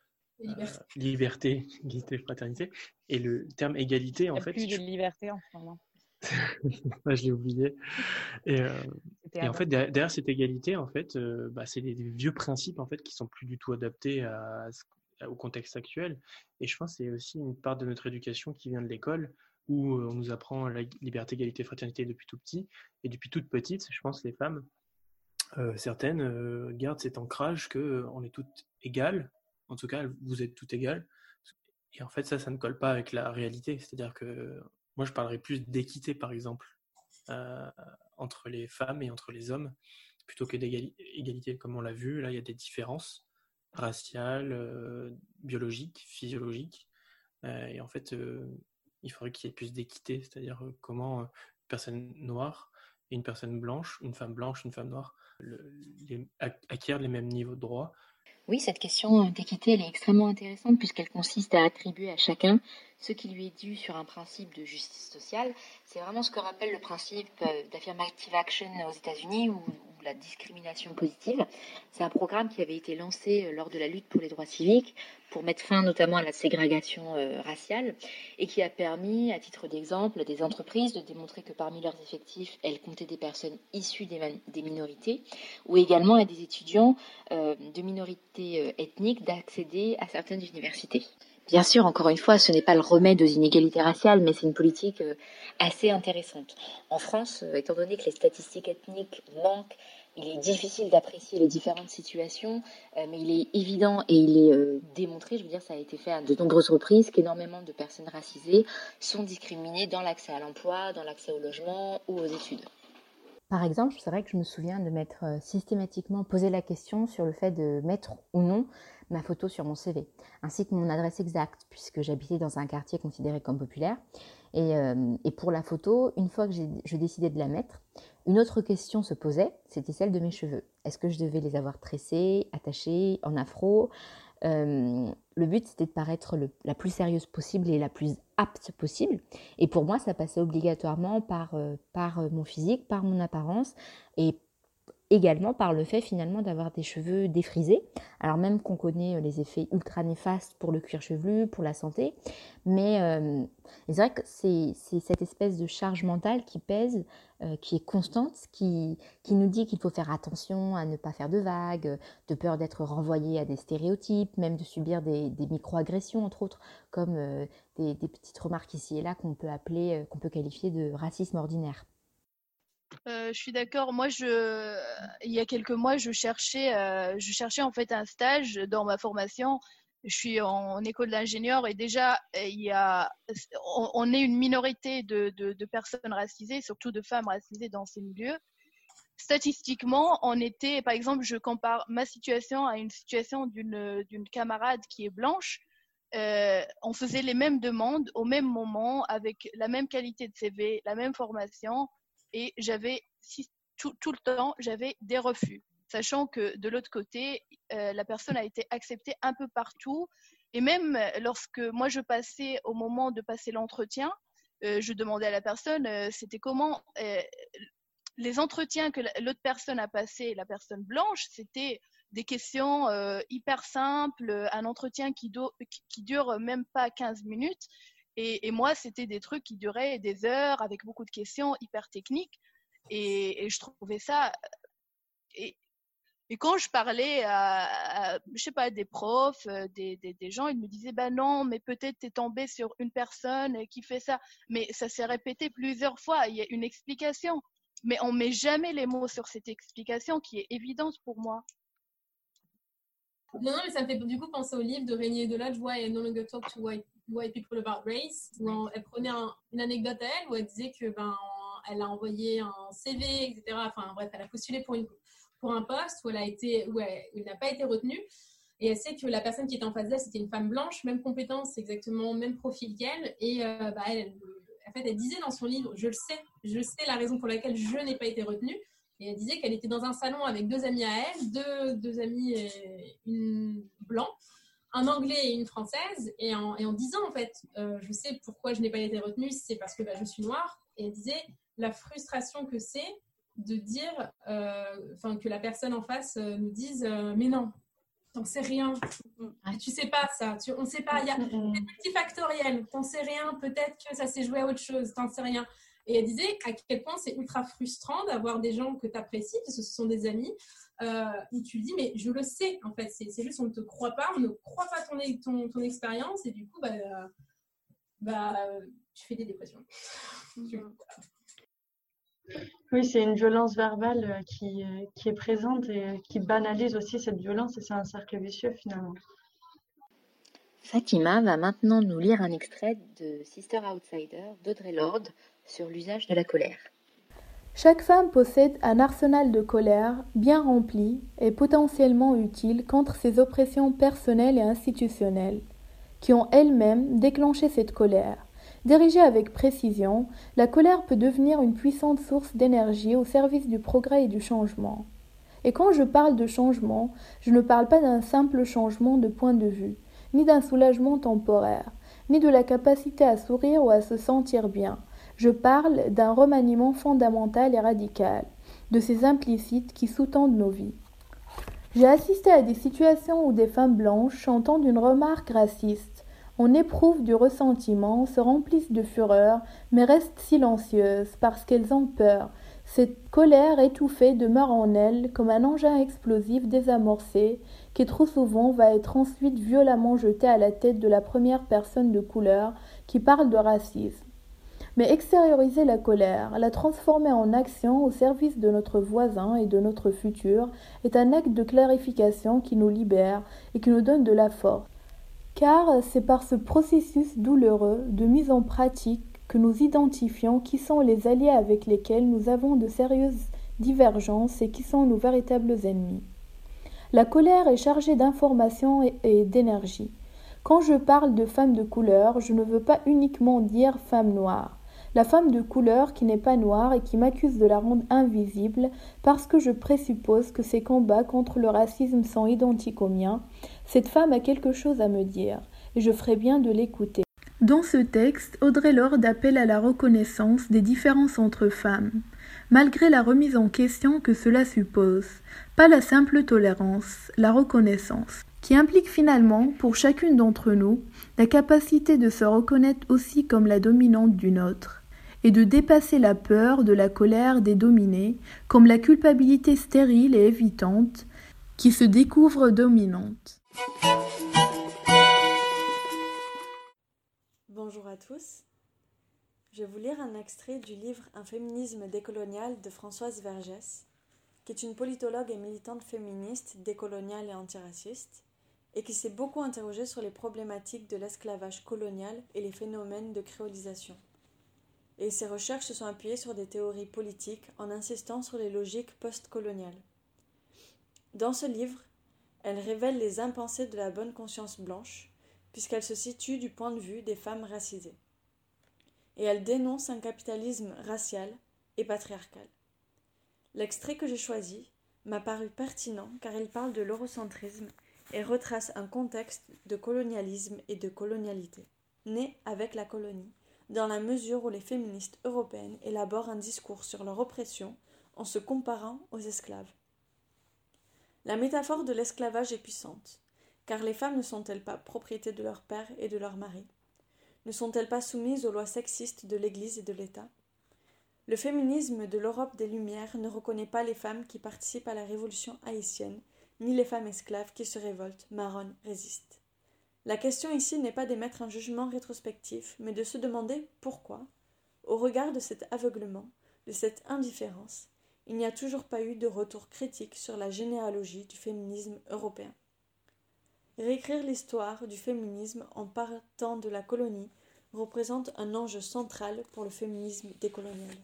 liberté, égalité, fraternité. Et le terme égalité, en fait... Il n'y a plus de liberté en ce moment. Je l'ai oublié. Et en fait, derrière cette égalité, en fait, c'est des vieux principes en fait qui sont plus du tout adaptés au contexte actuel. Et je pense que c'est aussi une part de notre éducation qui vient de l'école où on nous apprend la liberté, égalité, fraternité depuis tout petit. Et depuis toute petite, je pense que les femmes, certaines, gardent cet ancrage qu'on est toutes égales. En tout cas, vous êtes toutes égales. Et en fait, ça ne colle pas avec la réalité. C'est-à-dire que moi, je parlerais plus d'équité, par exemple, entre les femmes et entre les hommes, plutôt que d'égalité, comme on l'a vu. Là, il y a des différences raciales, biologiques, physiologiques. Et en fait, il faudrait qu'il y ait plus d'équité, c'est-à-dire comment une personne noire et une personne blanche, une femme blanche, une femme noire, acquièrent les mêmes niveaux de droits. Oui, cette question d'équité, elle est extrêmement intéressante puisqu'elle consiste à attribuer à chacun ce qui lui est dû sur un principe de justice sociale. C'est vraiment ce que rappelle le principe d'affirmative action aux États-Unis ou la discrimination positive. C'est un programme qui avait été lancé lors de la lutte pour les droits civiques pour mettre fin notamment à la ségrégation raciale et qui a permis, à titre d'exemple, à des entreprises de démontrer que parmi leurs effectifs, elles comptaient des personnes issues des minorités ou également à des étudiants de minorités ethniques d'accéder à certaines universités. Bien sûr, encore une fois, ce n'est pas le remède aux inégalités raciales, mais c'est une politique assez intéressante. En France, étant donné que les statistiques ethniques manquent, il est difficile d'apprécier les différentes situations, mais il est évident et il est démontré, je veux dire, ça a été fait à de nombreuses reprises, qu'énormément de personnes racisées sont discriminées dans l'accès à l'emploi, dans l'accès au logement ou aux études. Par exemple, c'est vrai que je me souviens de m'être systématiquement posé la question sur le fait de mettre ou non ma photo sur mon CV, ainsi que mon adresse exacte, puisque j'habitais dans un quartier considéré comme populaire. Et pour la photo, une fois que je décidais de la mettre, une autre question se posait, c'était celle de mes cheveux. Est-ce que je devais les avoir tressés, attachés, en afro ? Le but, c'était de paraître la plus sérieuse possible et la plus apte possible. Et pour moi, ça passait obligatoirement par mon physique, par mon apparence et également par le fait finalement d'avoir des cheveux défrisés. Alors même qu'on connaît les effets ultra néfastes pour le cuir chevelu, pour la santé, mais c'est vrai que c'est cette espèce de charge mentale qui pèse, qui est constante, qui nous dit qu'il faut faire attention à ne pas faire de vagues, de peur d'être renvoyé à des stéréotypes, même de subir des micro-agressions entre autres, comme des petites remarques ici et là qu'on peut qualifier de racisme ordinaire. Je suis d'accord. Moi, il y a quelques mois, je cherchais en fait un stage dans ma formation. Je suis en école d'ingénieur et déjà, on est une minorité de personnes racisées, surtout de femmes racisées dans ces milieux. Statistiquement, par exemple, je compare ma situation à une situation d'une camarade qui est blanche. On faisait les mêmes demandes au même moment, avec la même qualité de CV, la même formation. Et tout le temps, j'avais des refus, sachant que de l'autre côté, la personne a été acceptée un peu partout. Et même lorsque moi je passais, au moment de passer l'entretien, je demandais à la personne, c'était comment les entretiens que l'autre personne a passé, la personne blanche, c'était des questions hyper simples, un entretien qui dure même pas 15 minutes. Et moi, c'était des trucs qui duraient des heures avec beaucoup de questions hyper techniques. Et je trouvais ça. Et quand je parlais à je sais pas, des profs, des gens, ils me disaient bah non, mais peut-être t'es tombé sur une personne qui fait ça. Mais ça s'est répété plusieurs fois. Il y a une explication. Mais on met jamais les mots sur cette explication qui est évidente pour moi. Non, mais ça me fait du coup penser au livre de Régnier Delage, Why I No Longer Talk to White People About Race, où elle prenait une anecdote à elle, où elle disait que elle a envoyé un CV, etc. Enfin bref, elle a postulé pour un poste où elle n'a pas été retenue. Et elle sait que la personne qui était en face d'elle, c'était une femme blanche, même compétence, exactement même profil qu'elle. Et elle disait dans son livre, je sais la raison pour laquelle je n'ai pas été retenue. Et elle disait qu'elle était dans un salon avec deux amis à elle, deux amis, une blanc, un anglais et une française. Et en disant, en fait, je sais pourquoi je n'ai pas été retenue, c'est parce que je suis noire. Et elle disait la frustration que c'est de dire, que la personne en face nous dise mais non, t'en sais rien, tu sais pas ça, on ne sait pas, il y a des petits factoriels, t'en sais rien, peut-être que ça s'est joué à autre chose, t'en sais rien. Et elle disait à quel point c'est ultra frustrant d'avoir des gens que tu apprécies, parce que ce sont des amis, où tu dis mais je le sais en fait, c'est juste on ne te croit pas, on ne croit pas ton expérience, et du coup tu fais des dépressions. Oui, c'est une violence verbale qui est présente et qui banalise aussi cette violence, et c'est un cercle vicieux finalement. Fatima va maintenant nous lire un extrait de Sister Outsider d'Audre Lorde sur l'usage de la colère. Chaque femme possède un arsenal de colère bien rempli et potentiellement utile contre ses oppressions personnelles et institutionnelles, qui ont elles-mêmes déclenché cette colère. Dirigée avec précision, la colère peut devenir une puissante source d'énergie au service du progrès et du changement. Et quand je parle de changement, je ne parle pas d'un simple changement de point de vue, ni d'un soulagement temporaire, ni de la capacité à sourire ou à se sentir bien. Je parle d'un remaniement fondamental et radical, de ces implicites qui sous-tendent nos vies. J'ai assisté à des situations où des femmes blanches entendent une remarque raciste. On éprouve du ressentiment, se remplissent de fureur, mais restent silencieuses parce qu'elles ont peur. Cette colère étouffée demeure en elles comme un engin explosif désamorcé qui trop souvent va être ensuite violemment jeté à la tête de la première personne de couleur qui parle de racisme. Mais extérioriser la colère, la transformer en action au service de notre voisin et de notre futur est un acte de clarification qui nous libère et qui nous donne de la force. Car c'est par ce processus douloureux de mise en pratique que nous identifions qui sont les alliés avec lesquels nous avons de sérieuses divergences et qui sont nos véritables ennemis. La colère est chargée d'informations et d'énergie. Quand je parle de femme de couleur, je ne veux pas uniquement dire femme noire. La femme de couleur qui n'est pas noire et qui m'accuse de la rendre invisible parce que je présuppose que ses combats contre le racisme sont identiques aux miens, cette femme a quelque chose à me dire et je ferais bien de l'écouter. Dans ce texte, Audre Lorde appelle à la reconnaissance des différences entre femmes. malgré la remise en question que cela suppose, pas la simple tolérance, la reconnaissance, qui implique finalement, pour chacune d'entre nous, la capacité de se reconnaître aussi comme la dominante d'une autre, et de dépasser la peur de la colère des dominés, comme la culpabilité stérile et évitante, qui se découvre dominante. Bonjour à tous. Je vais vous lire un extrait du livre Un féminisme décolonial de Françoise Vergès, qui est une politologue et militante féministe, décoloniale et antiraciste, et qui s'est beaucoup interrogée sur les problématiques de l'esclavage colonial et les phénomènes de créolisation. Et ses recherches se sont appuyées sur des théories politiques en insistant sur les logiques post-coloniales. Dans ce livre, elle révèle les impensés de la bonne conscience blanche, puisqu'elle se situe du point de vue des femmes racisées. Et elle dénonce un capitalisme racial et patriarcal. L'extrait que j'ai choisi m'a paru pertinent car il parle de l'eurocentrisme et retrace un contexte de colonialisme et de colonialité, né avec la colonie, dans la mesure où les féministes européennes élaborent un discours sur leur oppression en se comparant aux esclaves. La métaphore de l'esclavage est puissante, car les femmes ne sont-elles pas propriété de leur père et de leur mari ? Ne sont-elles pas soumises aux lois sexistes de l'Église et de l'État ? Le féminisme de l'Europe des Lumières ne reconnaît pas les femmes qui participent à la révolution haïtienne, ni les femmes esclaves qui se révoltent, marronnent, résistent. La question ici n'est pas d'émettre un jugement rétrospectif, mais de se demander pourquoi, au regard de cet aveuglement, de cette indifférence, il n'y a toujours pas eu de retour critique sur la généalogie du féminisme européen. Réécrire l'histoire du féminisme en partant de la colonie représente un enjeu central pour le féminisme décolonial.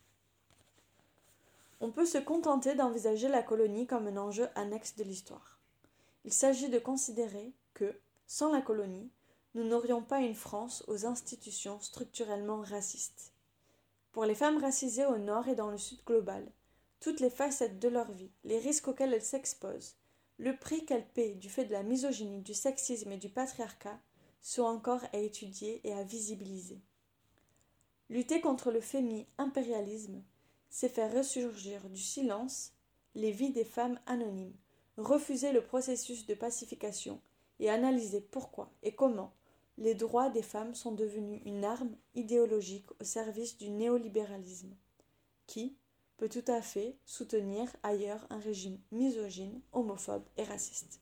On peut se contenter d'envisager la colonie comme un enjeu annexe de l'histoire. Il s'agit de considérer que, sans la colonie, nous n'aurions pas une France aux institutions structurellement racistes. Pour les femmes racisées au nord et dans le sud global, toutes les facettes de leur vie, les risques auxquels elles s'exposent, le prix qu'elles paient du fait de la misogynie, du sexisme et du patriarcat sont encore à étudier et à visibiliser. Lutter contre le fémi-impérialisme, c'est faire ressurgir du silence les vies des femmes anonymes, refuser le processus de pacification et analyser pourquoi et comment les droits des femmes sont devenus une arme idéologique au service du néolibéralisme, qui peut tout à fait soutenir ailleurs un régime misogyne, homophobe et raciste.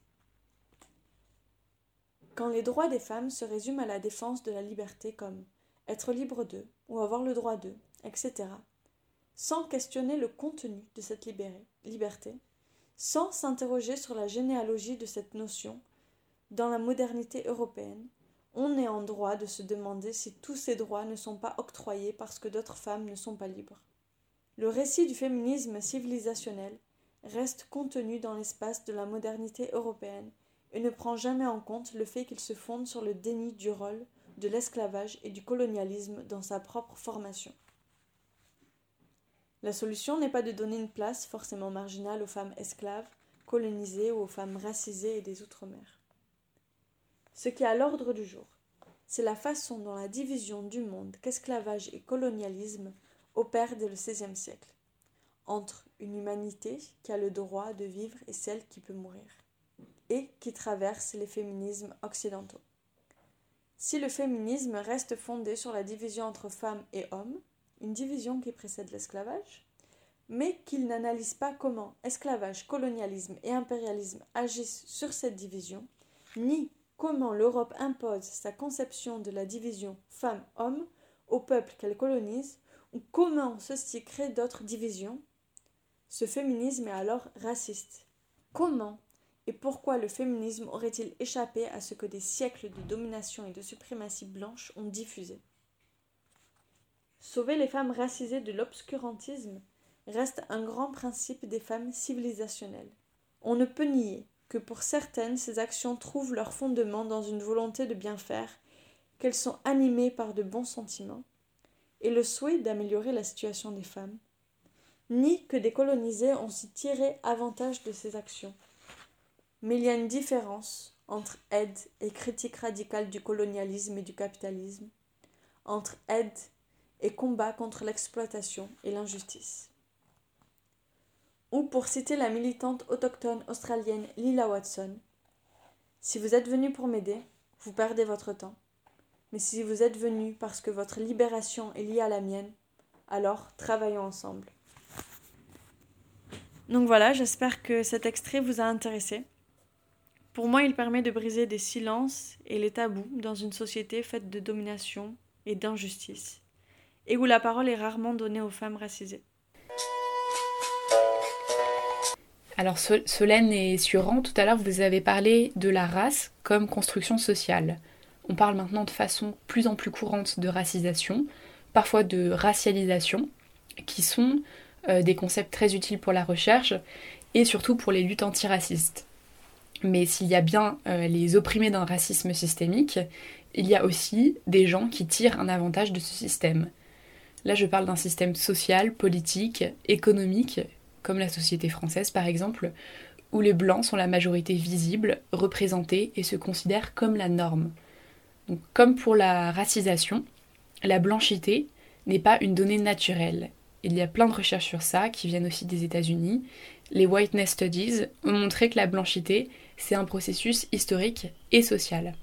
Quand les droits des femmes se résument à la défense de la liberté comme être libre d'eux ou avoir le droit d'eux, etc., sans questionner le contenu de cette liberté, sans s'interroger sur la généalogie de cette notion, dans la modernité européenne, on est en droit de se demander si tous ces droits ne sont pas octroyés parce que d'autres femmes ne sont pas libres. Le récit du féminisme civilisationnel reste contenu dans l'espace de la modernité européenne et ne prend jamais en compte le fait qu'il se fonde sur le déni du rôle de l'esclavage et du colonialisme dans sa propre formation. La solution n'est pas de donner une place forcément marginale aux femmes esclaves, colonisées ou aux femmes racisées et des Outre-mer. Ce qui est à l'ordre du jour, c'est la façon dont la division du monde qu'esclavage et colonialisme opère dès le XVIe siècle, entre une humanité qui a le droit de vivre et celle qui peut mourir, et qui traverse les féminismes occidentaux. Si le féminisme reste fondé sur la division entre femmes et hommes, une division qui précède l'esclavage, mais qu'il n'analyse pas comment esclavage, colonialisme et impérialisme agissent sur cette division, ni comment l'Europe impose sa conception de la division femmes-hommes au peuple qu'elle colonise, ou comment ceci crée d'autres divisions, ce féminisme est alors raciste. Comment et pourquoi le féminisme aurait-il échappé à ce que des siècles de domination et de suprématie blanche ont diffusé ? Sauver les femmes racisées de l'obscurantisme reste un grand principe des femmes civilisationnelles. On ne peut nier que pour certaines, ces actions trouvent leur fondement dans une volonté de bien faire, qu'elles sont animées par de bons sentiments, et le souhait d'améliorer la situation des femmes, ni que des colonisés ont si tiré avantage de ces actions. Mais il y a une différence entre aide et critique radicale du colonialisme et du capitalisme, entre aide et combat contre l'exploitation et l'injustice. Ou pour citer la militante autochtone australienne Lila Watson, « Si vous êtes venu pour m'aider, vous perdez votre temps. Mais si vous êtes venu parce que votre libération est liée à la mienne, alors travaillons ensemble. » Donc voilà, j'espère que cet extrait vous a intéressé. Pour moi, il permet de briser des silences et les tabous dans une société faite de domination et d'injustice, et où la parole est rarement donnée aux femmes racisées. Alors Solène et Suran, tout à l'heure vous avez parlé de la race comme construction sociale. On parle maintenant de façon plus en plus courante de racisation, parfois de racialisation, qui sont des concepts très utiles pour la recherche et surtout pour les luttes antiracistes. Mais s'il y a bien les opprimés d'un racisme systémique, il y a aussi des gens qui tirent un avantage de ce système. Là je parle d'un système social, politique, économique, comme la société française par exemple, où les blancs sont la majorité visible, représentée et se considèrent comme la norme. Donc, comme pour la racisation, la blanchité n'est pas une donnée naturelle. Il y a plein de recherches sur ça qui viennent aussi des États-Unis. Les Whiteness Studies ont montré que la blanchité, c'est un processus historique et social.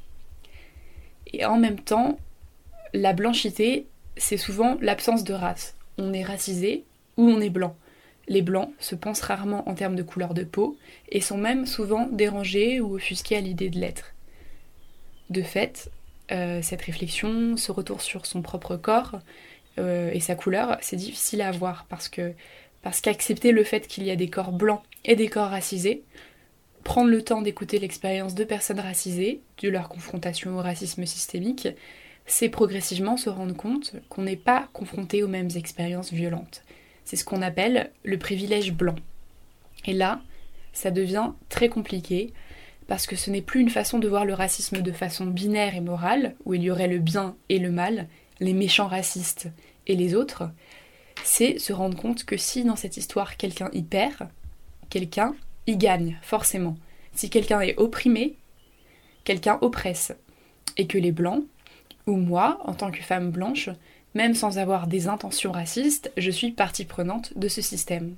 Et en même temps, la blanchité, c'est souvent l'absence de race. On est racisé ou on est blanc. Les blancs se pensent rarement en termes de couleur de peau et sont même souvent dérangés ou offusqués à l'idée de l'être. De fait, cette réflexion, ce retour sur son propre corps et sa couleur, c'est difficile à avoir parce qu'accepter le fait qu'il y a des corps blancs et des corps racisés, prendre le temps d'écouter l'expérience de personnes racisées, de leur confrontation au racisme systémique, c'est progressivement se rendre compte qu'on n'est pas confronté aux mêmes expériences violentes. C'est ce qu'on appelle le privilège blanc. Et là, ça devient très compliqué parce que ce n'est plus une façon de voir le racisme de façon binaire et morale, où il y aurait le bien et le mal, les méchants racistes et les autres. C'est se rendre compte que si dans cette histoire quelqu'un y perd, quelqu'un y gagne, forcément. Si quelqu'un est opprimé, quelqu'un oppresse. Et que les blancs, ou moi, en tant que femme blanche, même sans avoir des intentions racistes, je suis partie prenante de ce système.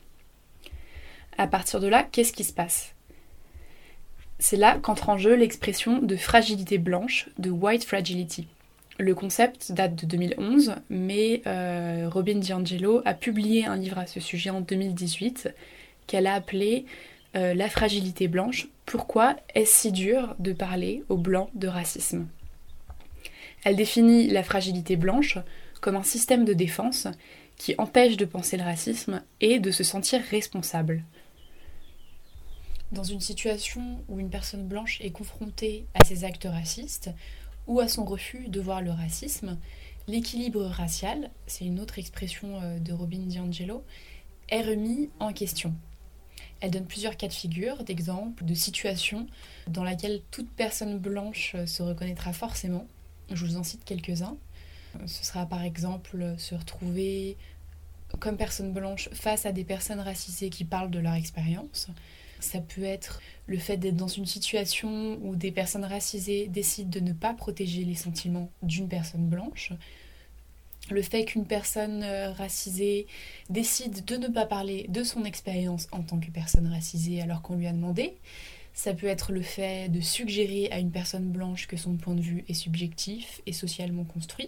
À partir de là, qu'est-ce qui se passe ? C'est là qu'entre en jeu l'expression de fragilité blanche, de white fragility. Le concept date de 2011, mais Robin DiAngelo a publié un livre à ce sujet en 2018 qu'elle a appelé La fragilité blanche. Pourquoi est-ce si dur de parler aux blancs de racisme ? Elle définit la fragilité blanche comme un système de défense qui empêche de penser le racisme et de se sentir responsable. Dans une situation où une personne blanche est confrontée à ses actes racistes ou à son refus de voir le racisme, l'équilibre racial, c'est une autre expression de Robin DiAngelo, est remis en question. Elle donne plusieurs cas de figure, d'exemples, de situations dans lesquelles toute personne blanche se reconnaîtra forcément. Je vous en cite quelques-uns. Ce sera par exemple se retrouver comme personne blanche face à des personnes racisées qui parlent de leur expérience. Ça peut être le fait d'être dans une situation où des personnes racisées décident de ne pas protéger les sentiments d'une personne blanche. Le fait qu'une personne racisée décide de ne pas parler de son expérience en tant que personne racisée alors qu'on lui a demandé. Ça peut être le fait de suggérer à une personne blanche que son point de vue est subjectif et socialement construit.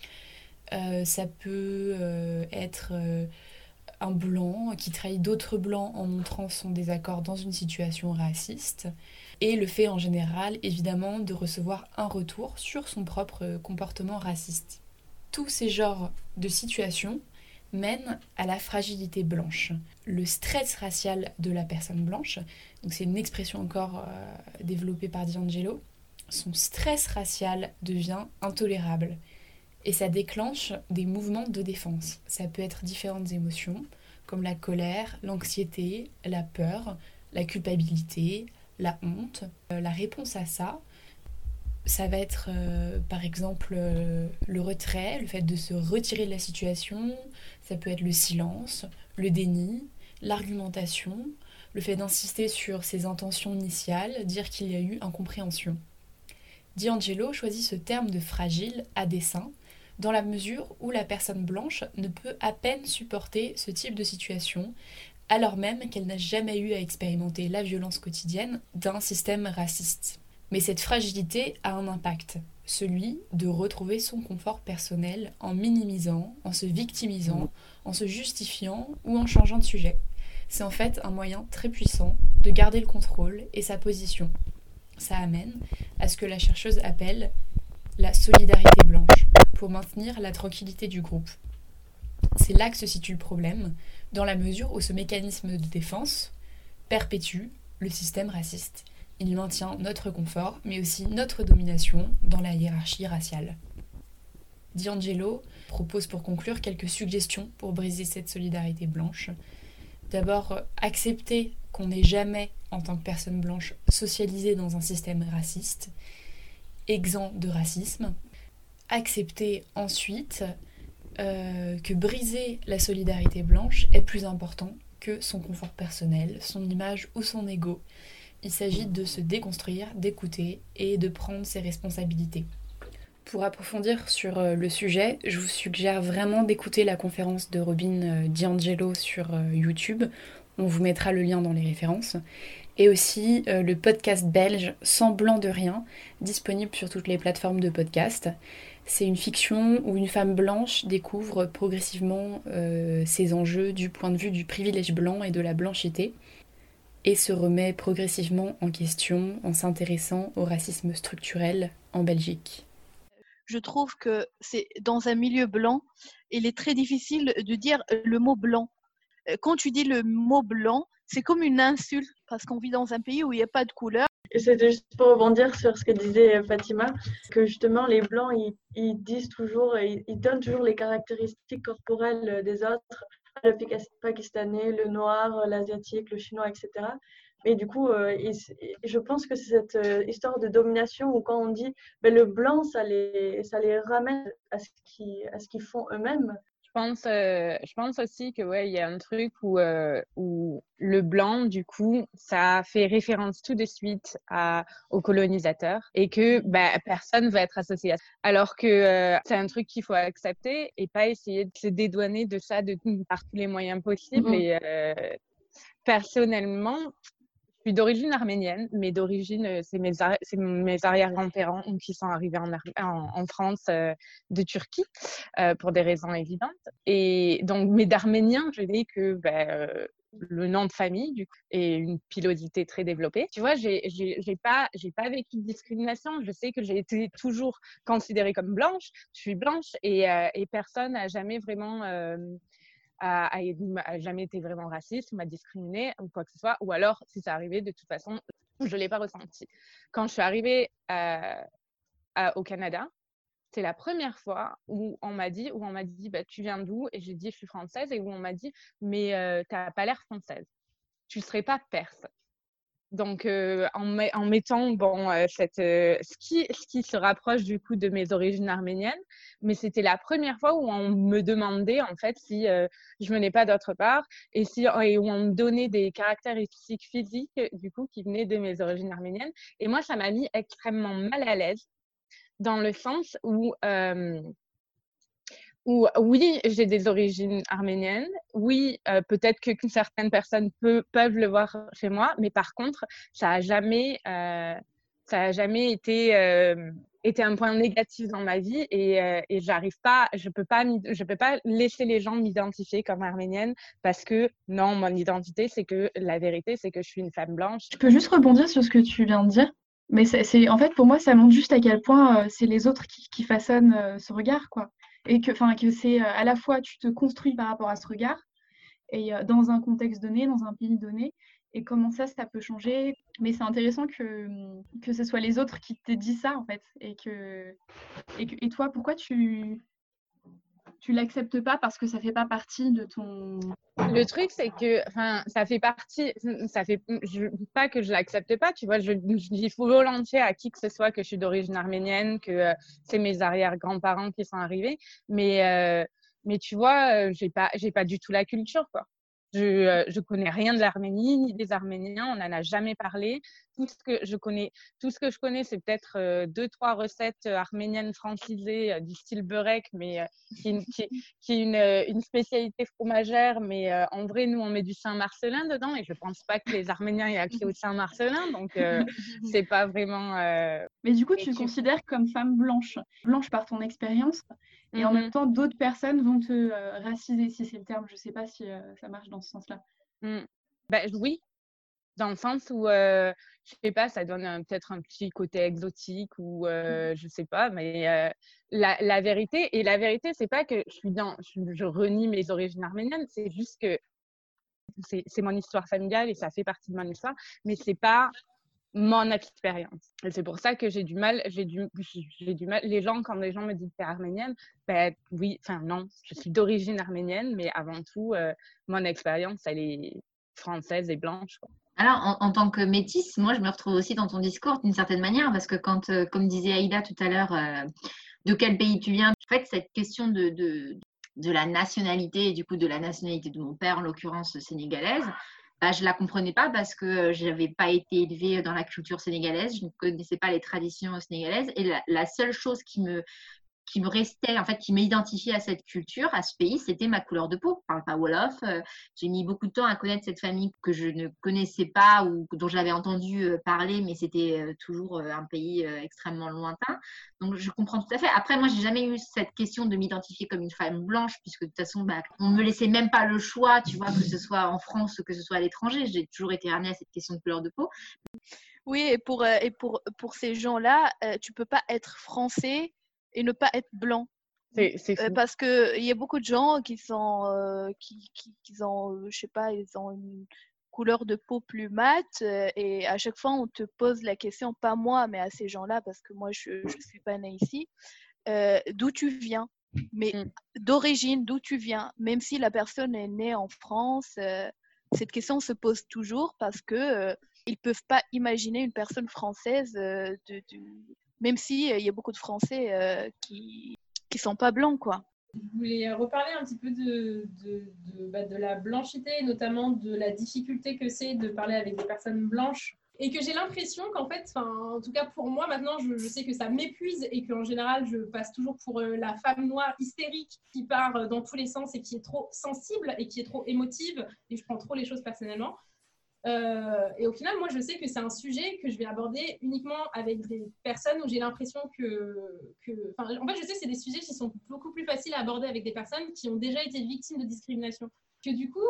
Ça peut être un blanc qui trahit d'autres blancs en montrant son désaccord dans une situation raciste. Et le fait en général, évidemment, de recevoir un retour sur son propre comportement raciste. Tous ces genres de situations mènent à la fragilité blanche. Le stress racial de la personne blanche, donc c'est une expression encore développée par DiAngelo, son stress racial devient intolérable. Et ça déclenche des mouvements de défense. Ça peut être différentes émotions, comme la colère, l'anxiété, la peur, la culpabilité, la honte. La réponse à ça, ça va être par exemple le retrait, le fait de se retirer de la situation. Ça peut être le silence, le déni, l'argumentation, le fait d'insister sur ses intentions initiales, dire qu'il y a eu incompréhension. DiAngelo choisit ce terme de fragile à dessein, dans la mesure où la personne blanche ne peut à peine supporter ce type de situation, alors même qu'elle n'a jamais eu à expérimenter la violence quotidienne d'un système raciste. Mais cette fragilité a un impact, celui de retrouver son confort personnel en minimisant, en se victimisant, en se justifiant ou en changeant de sujet. C'est en fait un moyen très puissant de garder le contrôle et sa position. Ça amène à ce que la chercheuse appelle la solidarité blanche, pour maintenir la tranquillité du groupe. C'est là que se situe le problème, dans la mesure où ce mécanisme de défense perpétue le système raciste. Il maintient notre confort, mais aussi notre domination dans la hiérarchie raciale. D'Angelo propose pour conclure quelques suggestions pour briser cette solidarité blanche. D'abord, accepter qu'on n'est jamais, en tant que personne blanche, socialisée dans un système raciste, exempt de racisme. Accepter ensuite que briser la solidarité blanche est plus important que son confort personnel, son image ou son ego. Il s'agit de se déconstruire, d'écouter et de prendre ses responsabilités. Pour approfondir sur le sujet, je vous suggère vraiment d'écouter la conférence de Robin DiAngelo sur YouTube. On vous mettra le lien dans les références. Et aussi le podcast belge Semblant de rien, disponible sur toutes les plateformes de podcast. C'est une fiction où une femme blanche découvre progressivement ces enjeux du point de vue du privilège blanc et de la blanchité, et se remet progressivement en question en s'intéressant au racisme structurel en Belgique. Je trouve que c'est dans un milieu blanc, il est très difficile de dire le mot blanc. Quand tu dis le mot blanc, c'est comme une insulte parce qu'on vit dans un pays où il n'y a pas de couleur. C'était juste pour rebondir sur ce que disait Fatima, que justement les Blancs, ils disent toujours, ils donnent toujours les caractéristiques corporelles des autres, le Pakistanais, le Noir, l'Asiatique, le Chinois, etc. Mais du coup, je pense que c'est cette histoire de domination où quand on dit le blanc, ça les ramène à ce qu'ils font eux-mêmes. Je pense aussi que il y a un truc où le blanc, du coup, ça fait référence tout de suite aux colonisateurs et que personne ne va être associé à ça. Alors que c'est un truc qu'il faut accepter et pas essayer de se dédouaner de ça par tous les moyens possibles. Et personnellement, je suis d'origine arménienne, mais d'origine, c'est mes arrière-grands-parents qui sont arrivés en France de Turquie pour des raisons évidentes. Et donc, mais d'arménien, je dis que le nom de famille du coup, et une pilosité très développée. Tu vois, j'ai pas vécu de discrimination. Je sais que j'ai été toujours considérée comme blanche. Je suis blanche et personne n'a jamais vraiment a jamais été vraiment raciste, m'a discriminé ou quoi que ce soit, ou alors si ça arrivait, de toute façon, je ne l'ai pas ressenti. Quand je suis arrivée au Canada, c'est la première fois où on m'a dit tu viens d'où? Et j'ai dit je suis française, et où on m'a dit mais tu n'as pas l'air française, tu ne serais pas perse. Donc, en mettant ce qui se rapproche du coup de mes origines arméniennes, mais c'était la première fois où on me demandait en fait si je venais pas d'autre part et où on me donnait des caractéristiques physiques du coup qui venaient de mes origines arméniennes. Et moi, ça m'a mis extrêmement mal à l'aise dans le sens où oui, j'ai des origines arméniennes. Oui, peut-être que certaines personnes peuvent le voir chez moi, mais par contre, ça a jamais été un point négatif dans ma vie et je peux pas laisser les gens m'identifier comme arménienne parce que non, mon identité, c'est que la vérité, c'est que je suis une femme blanche. Je peux juste rebondir sur ce que tu viens de dire, mais c'est en fait pour moi ça montre juste à quel point c'est les autres qui façonnent ce regard, quoi. Et que c'est à la fois tu te construis par rapport à ce regard et dans un contexte donné, dans un pays donné, et comment ça peut changer. Mais c'est intéressant que ce soit les autres qui te disent ça en fait, et toi pourquoi tu l'acceptes pas parce que ça fait pas partie de ton... Le truc, c'est que, ça fait partie, pas que je l'accepte pas, tu vois, je dis volontiers à qui que ce soit que je suis d'origine arménienne, que c'est mes arrière-grands-parents qui sont arrivés, mais tu vois, j'ai pas du tout la culture, quoi. Je connais rien de l'Arménie ni des Arméniens, on n'en a jamais parlé. Tout ce que je connais, c'est peut-être 2-3 recettes arméniennes francisées du style beurek, mais qui est une spécialité fromagère. Mais en vrai, nous, on met du Saint-Marcelin dedans et je pense pas que les Arméniens aient accès au Saint-Marcelin, donc c'est pas vraiment. Mais du coup, tu te considères comme femme blanche par ton expérience, et en même temps, d'autres personnes vont te raciser, si c'est le terme. Je sais pas si ça marche dans ce sens-là. Oui, dans le sens où, je sais pas, ça donne peut-être un petit côté exotique ou je sais pas, mais la vérité, c'est pas que je renie mes origines arméniennes, c'est juste que c'est mon histoire familiale et ça fait partie de mon histoire, mais c'est pas mon expérience. Et c'est pour ça que j'ai du mal. Les gens, quand les gens me disent t'es arménienne, non, je suis d'origine arménienne, mais avant tout, mon expérience, elle est française et blanche, quoi. Alors, en tant que métisse, moi, je me retrouve aussi dans ton discours d'une certaine manière, parce que quand, comme disait Aïda tout à l'heure, de quel pays tu viens, en fait, cette question de la nationalité, et du coup de la nationalité de mon père, en l'occurrence sénégalaise, je ne la comprenais pas parce que je n'avais pas été élevée dans la culture sénégalaise, je ne connaissais pas les traditions sénégalaises, et la seule chose qui me restait, en fait, qui m'identifiait à cette culture, à ce pays, c'était ma couleur de peau. Je ne parle pas Wolof. J'ai mis beaucoup de temps à connaître cette famille que je ne connaissais pas ou dont j'avais entendu parler, mais c'était toujours un pays extrêmement lointain. Donc, je comprends tout à fait. Après, moi, je n'ai jamais eu cette question de m'identifier comme une femme blanche, puisque de toute façon, on ne me laissait même pas le choix, tu vois, que ce soit en France ou que ce soit à l'étranger. J'ai toujours été ramenée à cette question de couleur de peau. Oui, et pour ces gens-là, tu ne peux pas être français et ne pas être blanc. C'est parce qu'il y a beaucoup de gens qui sont, qui ont, je sais pas, ils ont une couleur de peau plus mate, et à chaque fois on te pose la question, pas moi, mais à ces gens-là, parce que moi je suis pas née ici, d'où tu viens, mais d'origine, d'où tu viens, même si la personne est née en France, cette question se pose toujours parce que ils peuvent pas imaginer une personne française même si il y a beaucoup de Français qui sont pas blancs, quoi. Je voulais reparler un petit peu de la blanchité, notamment de la difficulté que c'est de parler avec des personnes blanches. Et que j'ai l'impression qu'en fait, en tout cas pour moi maintenant, je sais que ça m'épuise et qu'en général, je passe toujours pour la femme noire hystérique qui part dans tous les sens et qui est trop sensible et qui est trop émotive et je prends trop les choses personnellement. Et au final, moi, je sais que c'est un sujet que je vais aborder uniquement avec des personnes où j'ai l'impression en fait, je sais que c'est des sujets qui sont beaucoup plus faciles à aborder avec des personnes qui ont déjà été victimes de discrimination. Que du coup,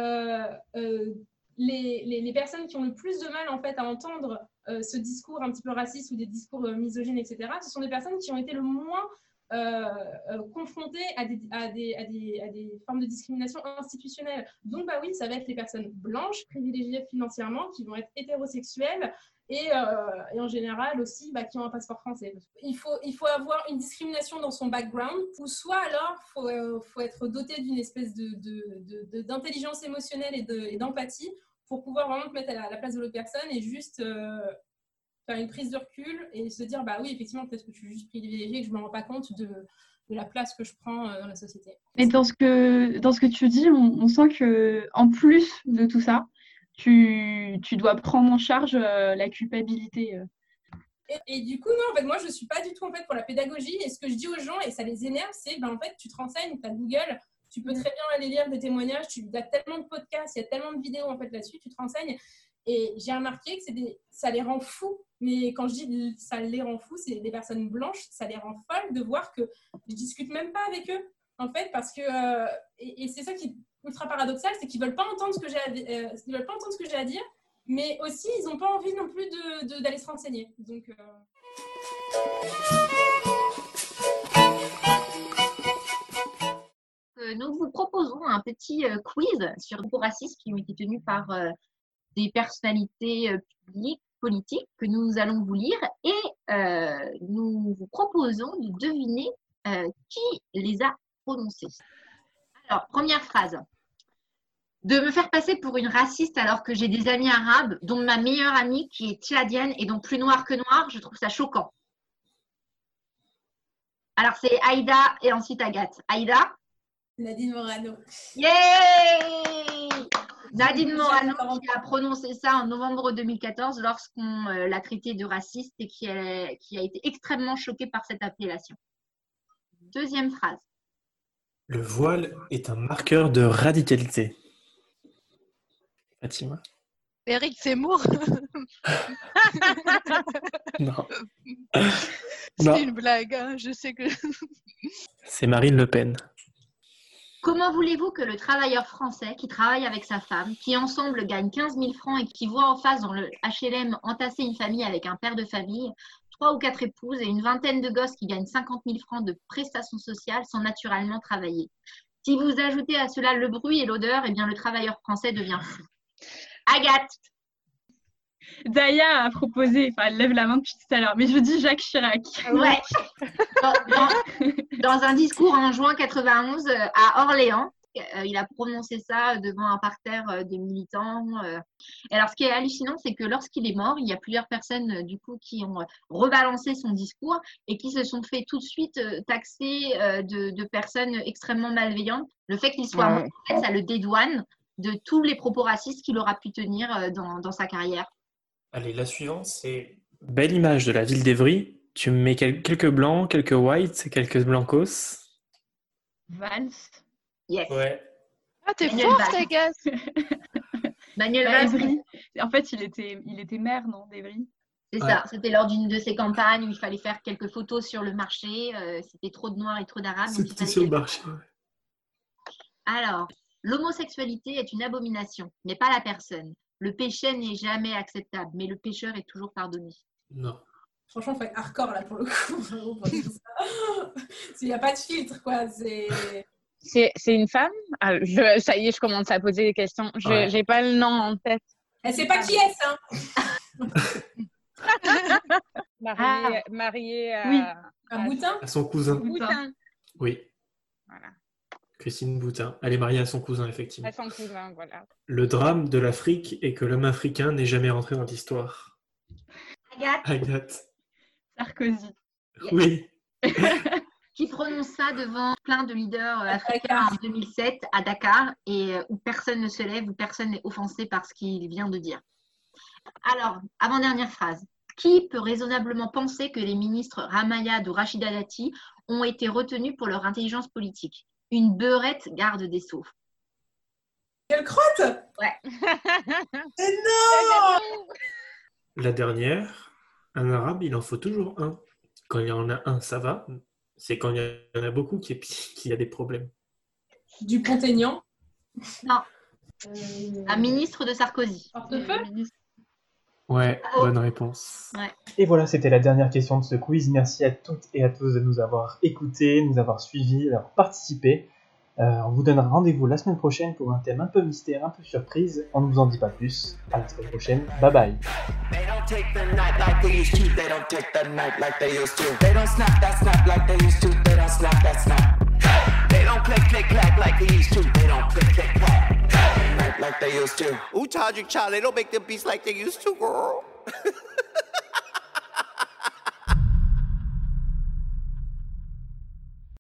les personnes qui ont le plus de mal en fait à entendre ce discours un petit peu raciste ou des discours misogynes, etc., ce sont des personnes qui ont été le moins confrontées à des formes de discrimination institutionnelle. Donc, oui, ça va être les personnes blanches, privilégiées financièrement, qui vont être hétérosexuelles et en général aussi qui ont un passeport français. Il faut avoir une discrimination dans son background, ou soit alors faut être doté d'une espèce d'intelligence émotionnelle et d'empathie pour pouvoir vraiment te mettre à la place de l'autre personne et juste faire une prise de recul et se dire oui, effectivement, peut-être que je suis juste privilégiée et que je ne me rends pas compte de la place que je prends dans la société. Et dans ce que tu dis, on sent qu'en plus de tout ça, tu dois prendre en charge la culpabilité. Et du coup, non, en fait, moi, je ne suis pas du tout en fait, pour la pédagogie. Et ce que je dis aux gens, et ça les énerve, c'est en fait, tu te renseignes, tu as Google, tu peux très bien aller lire des témoignages, il y a tellement de podcasts, il y a tellement de vidéos en fait, là-dessus, tu te renseignes. Et j'ai remarqué que ça les rend fous. Mais quand je dis ça les rend fous, c'est des personnes blanches, ça les rend folles de voir que je ne discute même pas avec eux, en fait, parce que... et c'est ça qui est ultra paradoxal, c'est qu'ils ne veulent pas entendre ce que j'ai à dire, mais aussi, ils n'ont pas envie non plus d'aller se renseigner. Donc... Nous vous proposons un petit quiz sur le racisme qui ont été tenus par des personnalités publiques, politiques, que nous allons vous lire et nous vous proposons de deviner qui les a prononcés. Alors, première phrase. De me faire passer pour une raciste alors que j'ai des amis arabes, dont ma meilleure amie qui est tchadienne et donc plus noire que noire, je trouve ça choquant. Alors, c'est Aïda et ensuite Agathe. Aïda ? Nadine Morano. Yay! Nadine Morano qui a prononcé ça en novembre 2014 lorsqu'on l'a traité de raciste et qui a été extrêmement choquée par cette appellation. Deuxième phrase. Le voile est un marqueur de radicalité. Fatima? Éric Zemmour. Non. C'est Non. une blague, hein, je sais que. C'est Marine Le Pen. Comment voulez-vous que le travailleur français qui travaille avec sa femme, qui ensemble gagne 15 000 francs et qui voit en face dans le HLM entasser une famille avec un père de famille, 3 ou 4 épouses et une vingtaine de gosses qui gagnent 50 000 francs de prestations sociales sans naturellement travailler? Si vous ajoutez à cela le bruit et l'odeur, eh bien le travailleur français devient fou. Agathe. Daya a proposé, enfin elle lève la main depuis tout à l'heure, mais je dis Jacques Chirac. Ouais. Dans un discours en juin 91 à Orléans, il a prononcé ça devant un parterre de militants. Et alors, ce qui est hallucinant, c'est que lorsqu'il est mort, il y a plusieurs personnes du coup qui ont rebalancé son discours et qui se sont fait tout de suite taxer de personnes extrêmement malveillantes. Le fait qu'il soit mort, en fait, ça le dédouane de tous les propos racistes qu'il aura pu tenir dans sa carrière. Allez, la suivante, c'est belle image de la ville d'Evry. Tu me mets quelques blancs, quelques whites, quelques blancos. Valls. Yes. Ouais. Ah, t'es Manuel forte, Valls. Agathe. Manuel Bah, Valls, Evry. En fait, il était maire, non, d'Evry. c'est ça. C'était lors d'une de ses campagnes où il fallait faire quelques photos sur le marché. C'était trop de noirs et trop d'arabes. donc il C'était fallait sur le quelques- marché. Ouais. Alors, l'homosexualité est une abomination, mais pas la personne. Le péché n'est jamais acceptable, mais le pécheur est toujours pardonné. Non. Franchement, il faut être hardcore là pour le coup. Vraiment, pour dire ça. Il n'y a pas de filtre, quoi. C'est une femme? Ah, ça y est, je commence à poser des questions. Ouais. J'ai pas le nom en tête. Elle sait pas qui est, hein. Mariée Oui. Un boutin. À son cousin. Boutin. Oui. Voilà. Christine Boutin. Elle est mariée à son cousin, effectivement. À son cousin, voilà. Le drame de l'Afrique est que l'homme africain n'est jamais rentré dans l'histoire. Agathe. Sarkozy. Oui. Qui prononce ça devant plein de leaders africains en 2007 à Dakar et où personne ne se lève, où personne n'est offensé par ce qu'il vient de dire. Alors, avant-dernière phrase. Qui peut raisonnablement penser que les ministres Ramayad ou Rachida Dati ont été retenus pour leur intelligence politique? Une beurette garde des sceaux. Quelle crotte! Ouais. Mais non! La dernière, un arabe, il en faut toujours un. Quand il y en a un, ça va. C'est quand il y en a beaucoup qu'il y a des problèmes. Dupont-Aignan. Non. Un ministre de Sarkozy. Portefeuille. Ouais, bonne réponse. Ouais. Et voilà, c'était la dernière question de ce quiz. Merci à toutes et à tous de nous avoir écoutés, de nous avoir suivis, d'avoir participé. On vous donne rendez-vous la semaine prochaine pour un thème un peu mystère, un peu surprise. On ne vous en dit pas plus. À la semaine prochaine. Bye bye. They don't take the night like they used to. They don't take the night like they used to. They don't snap that snap like they used to. They don't snap that snap. They don't click click clack like they used to. They don't click click clack like they used to. Ooh, Todrick Child, they don't make them beats like they used to, girl.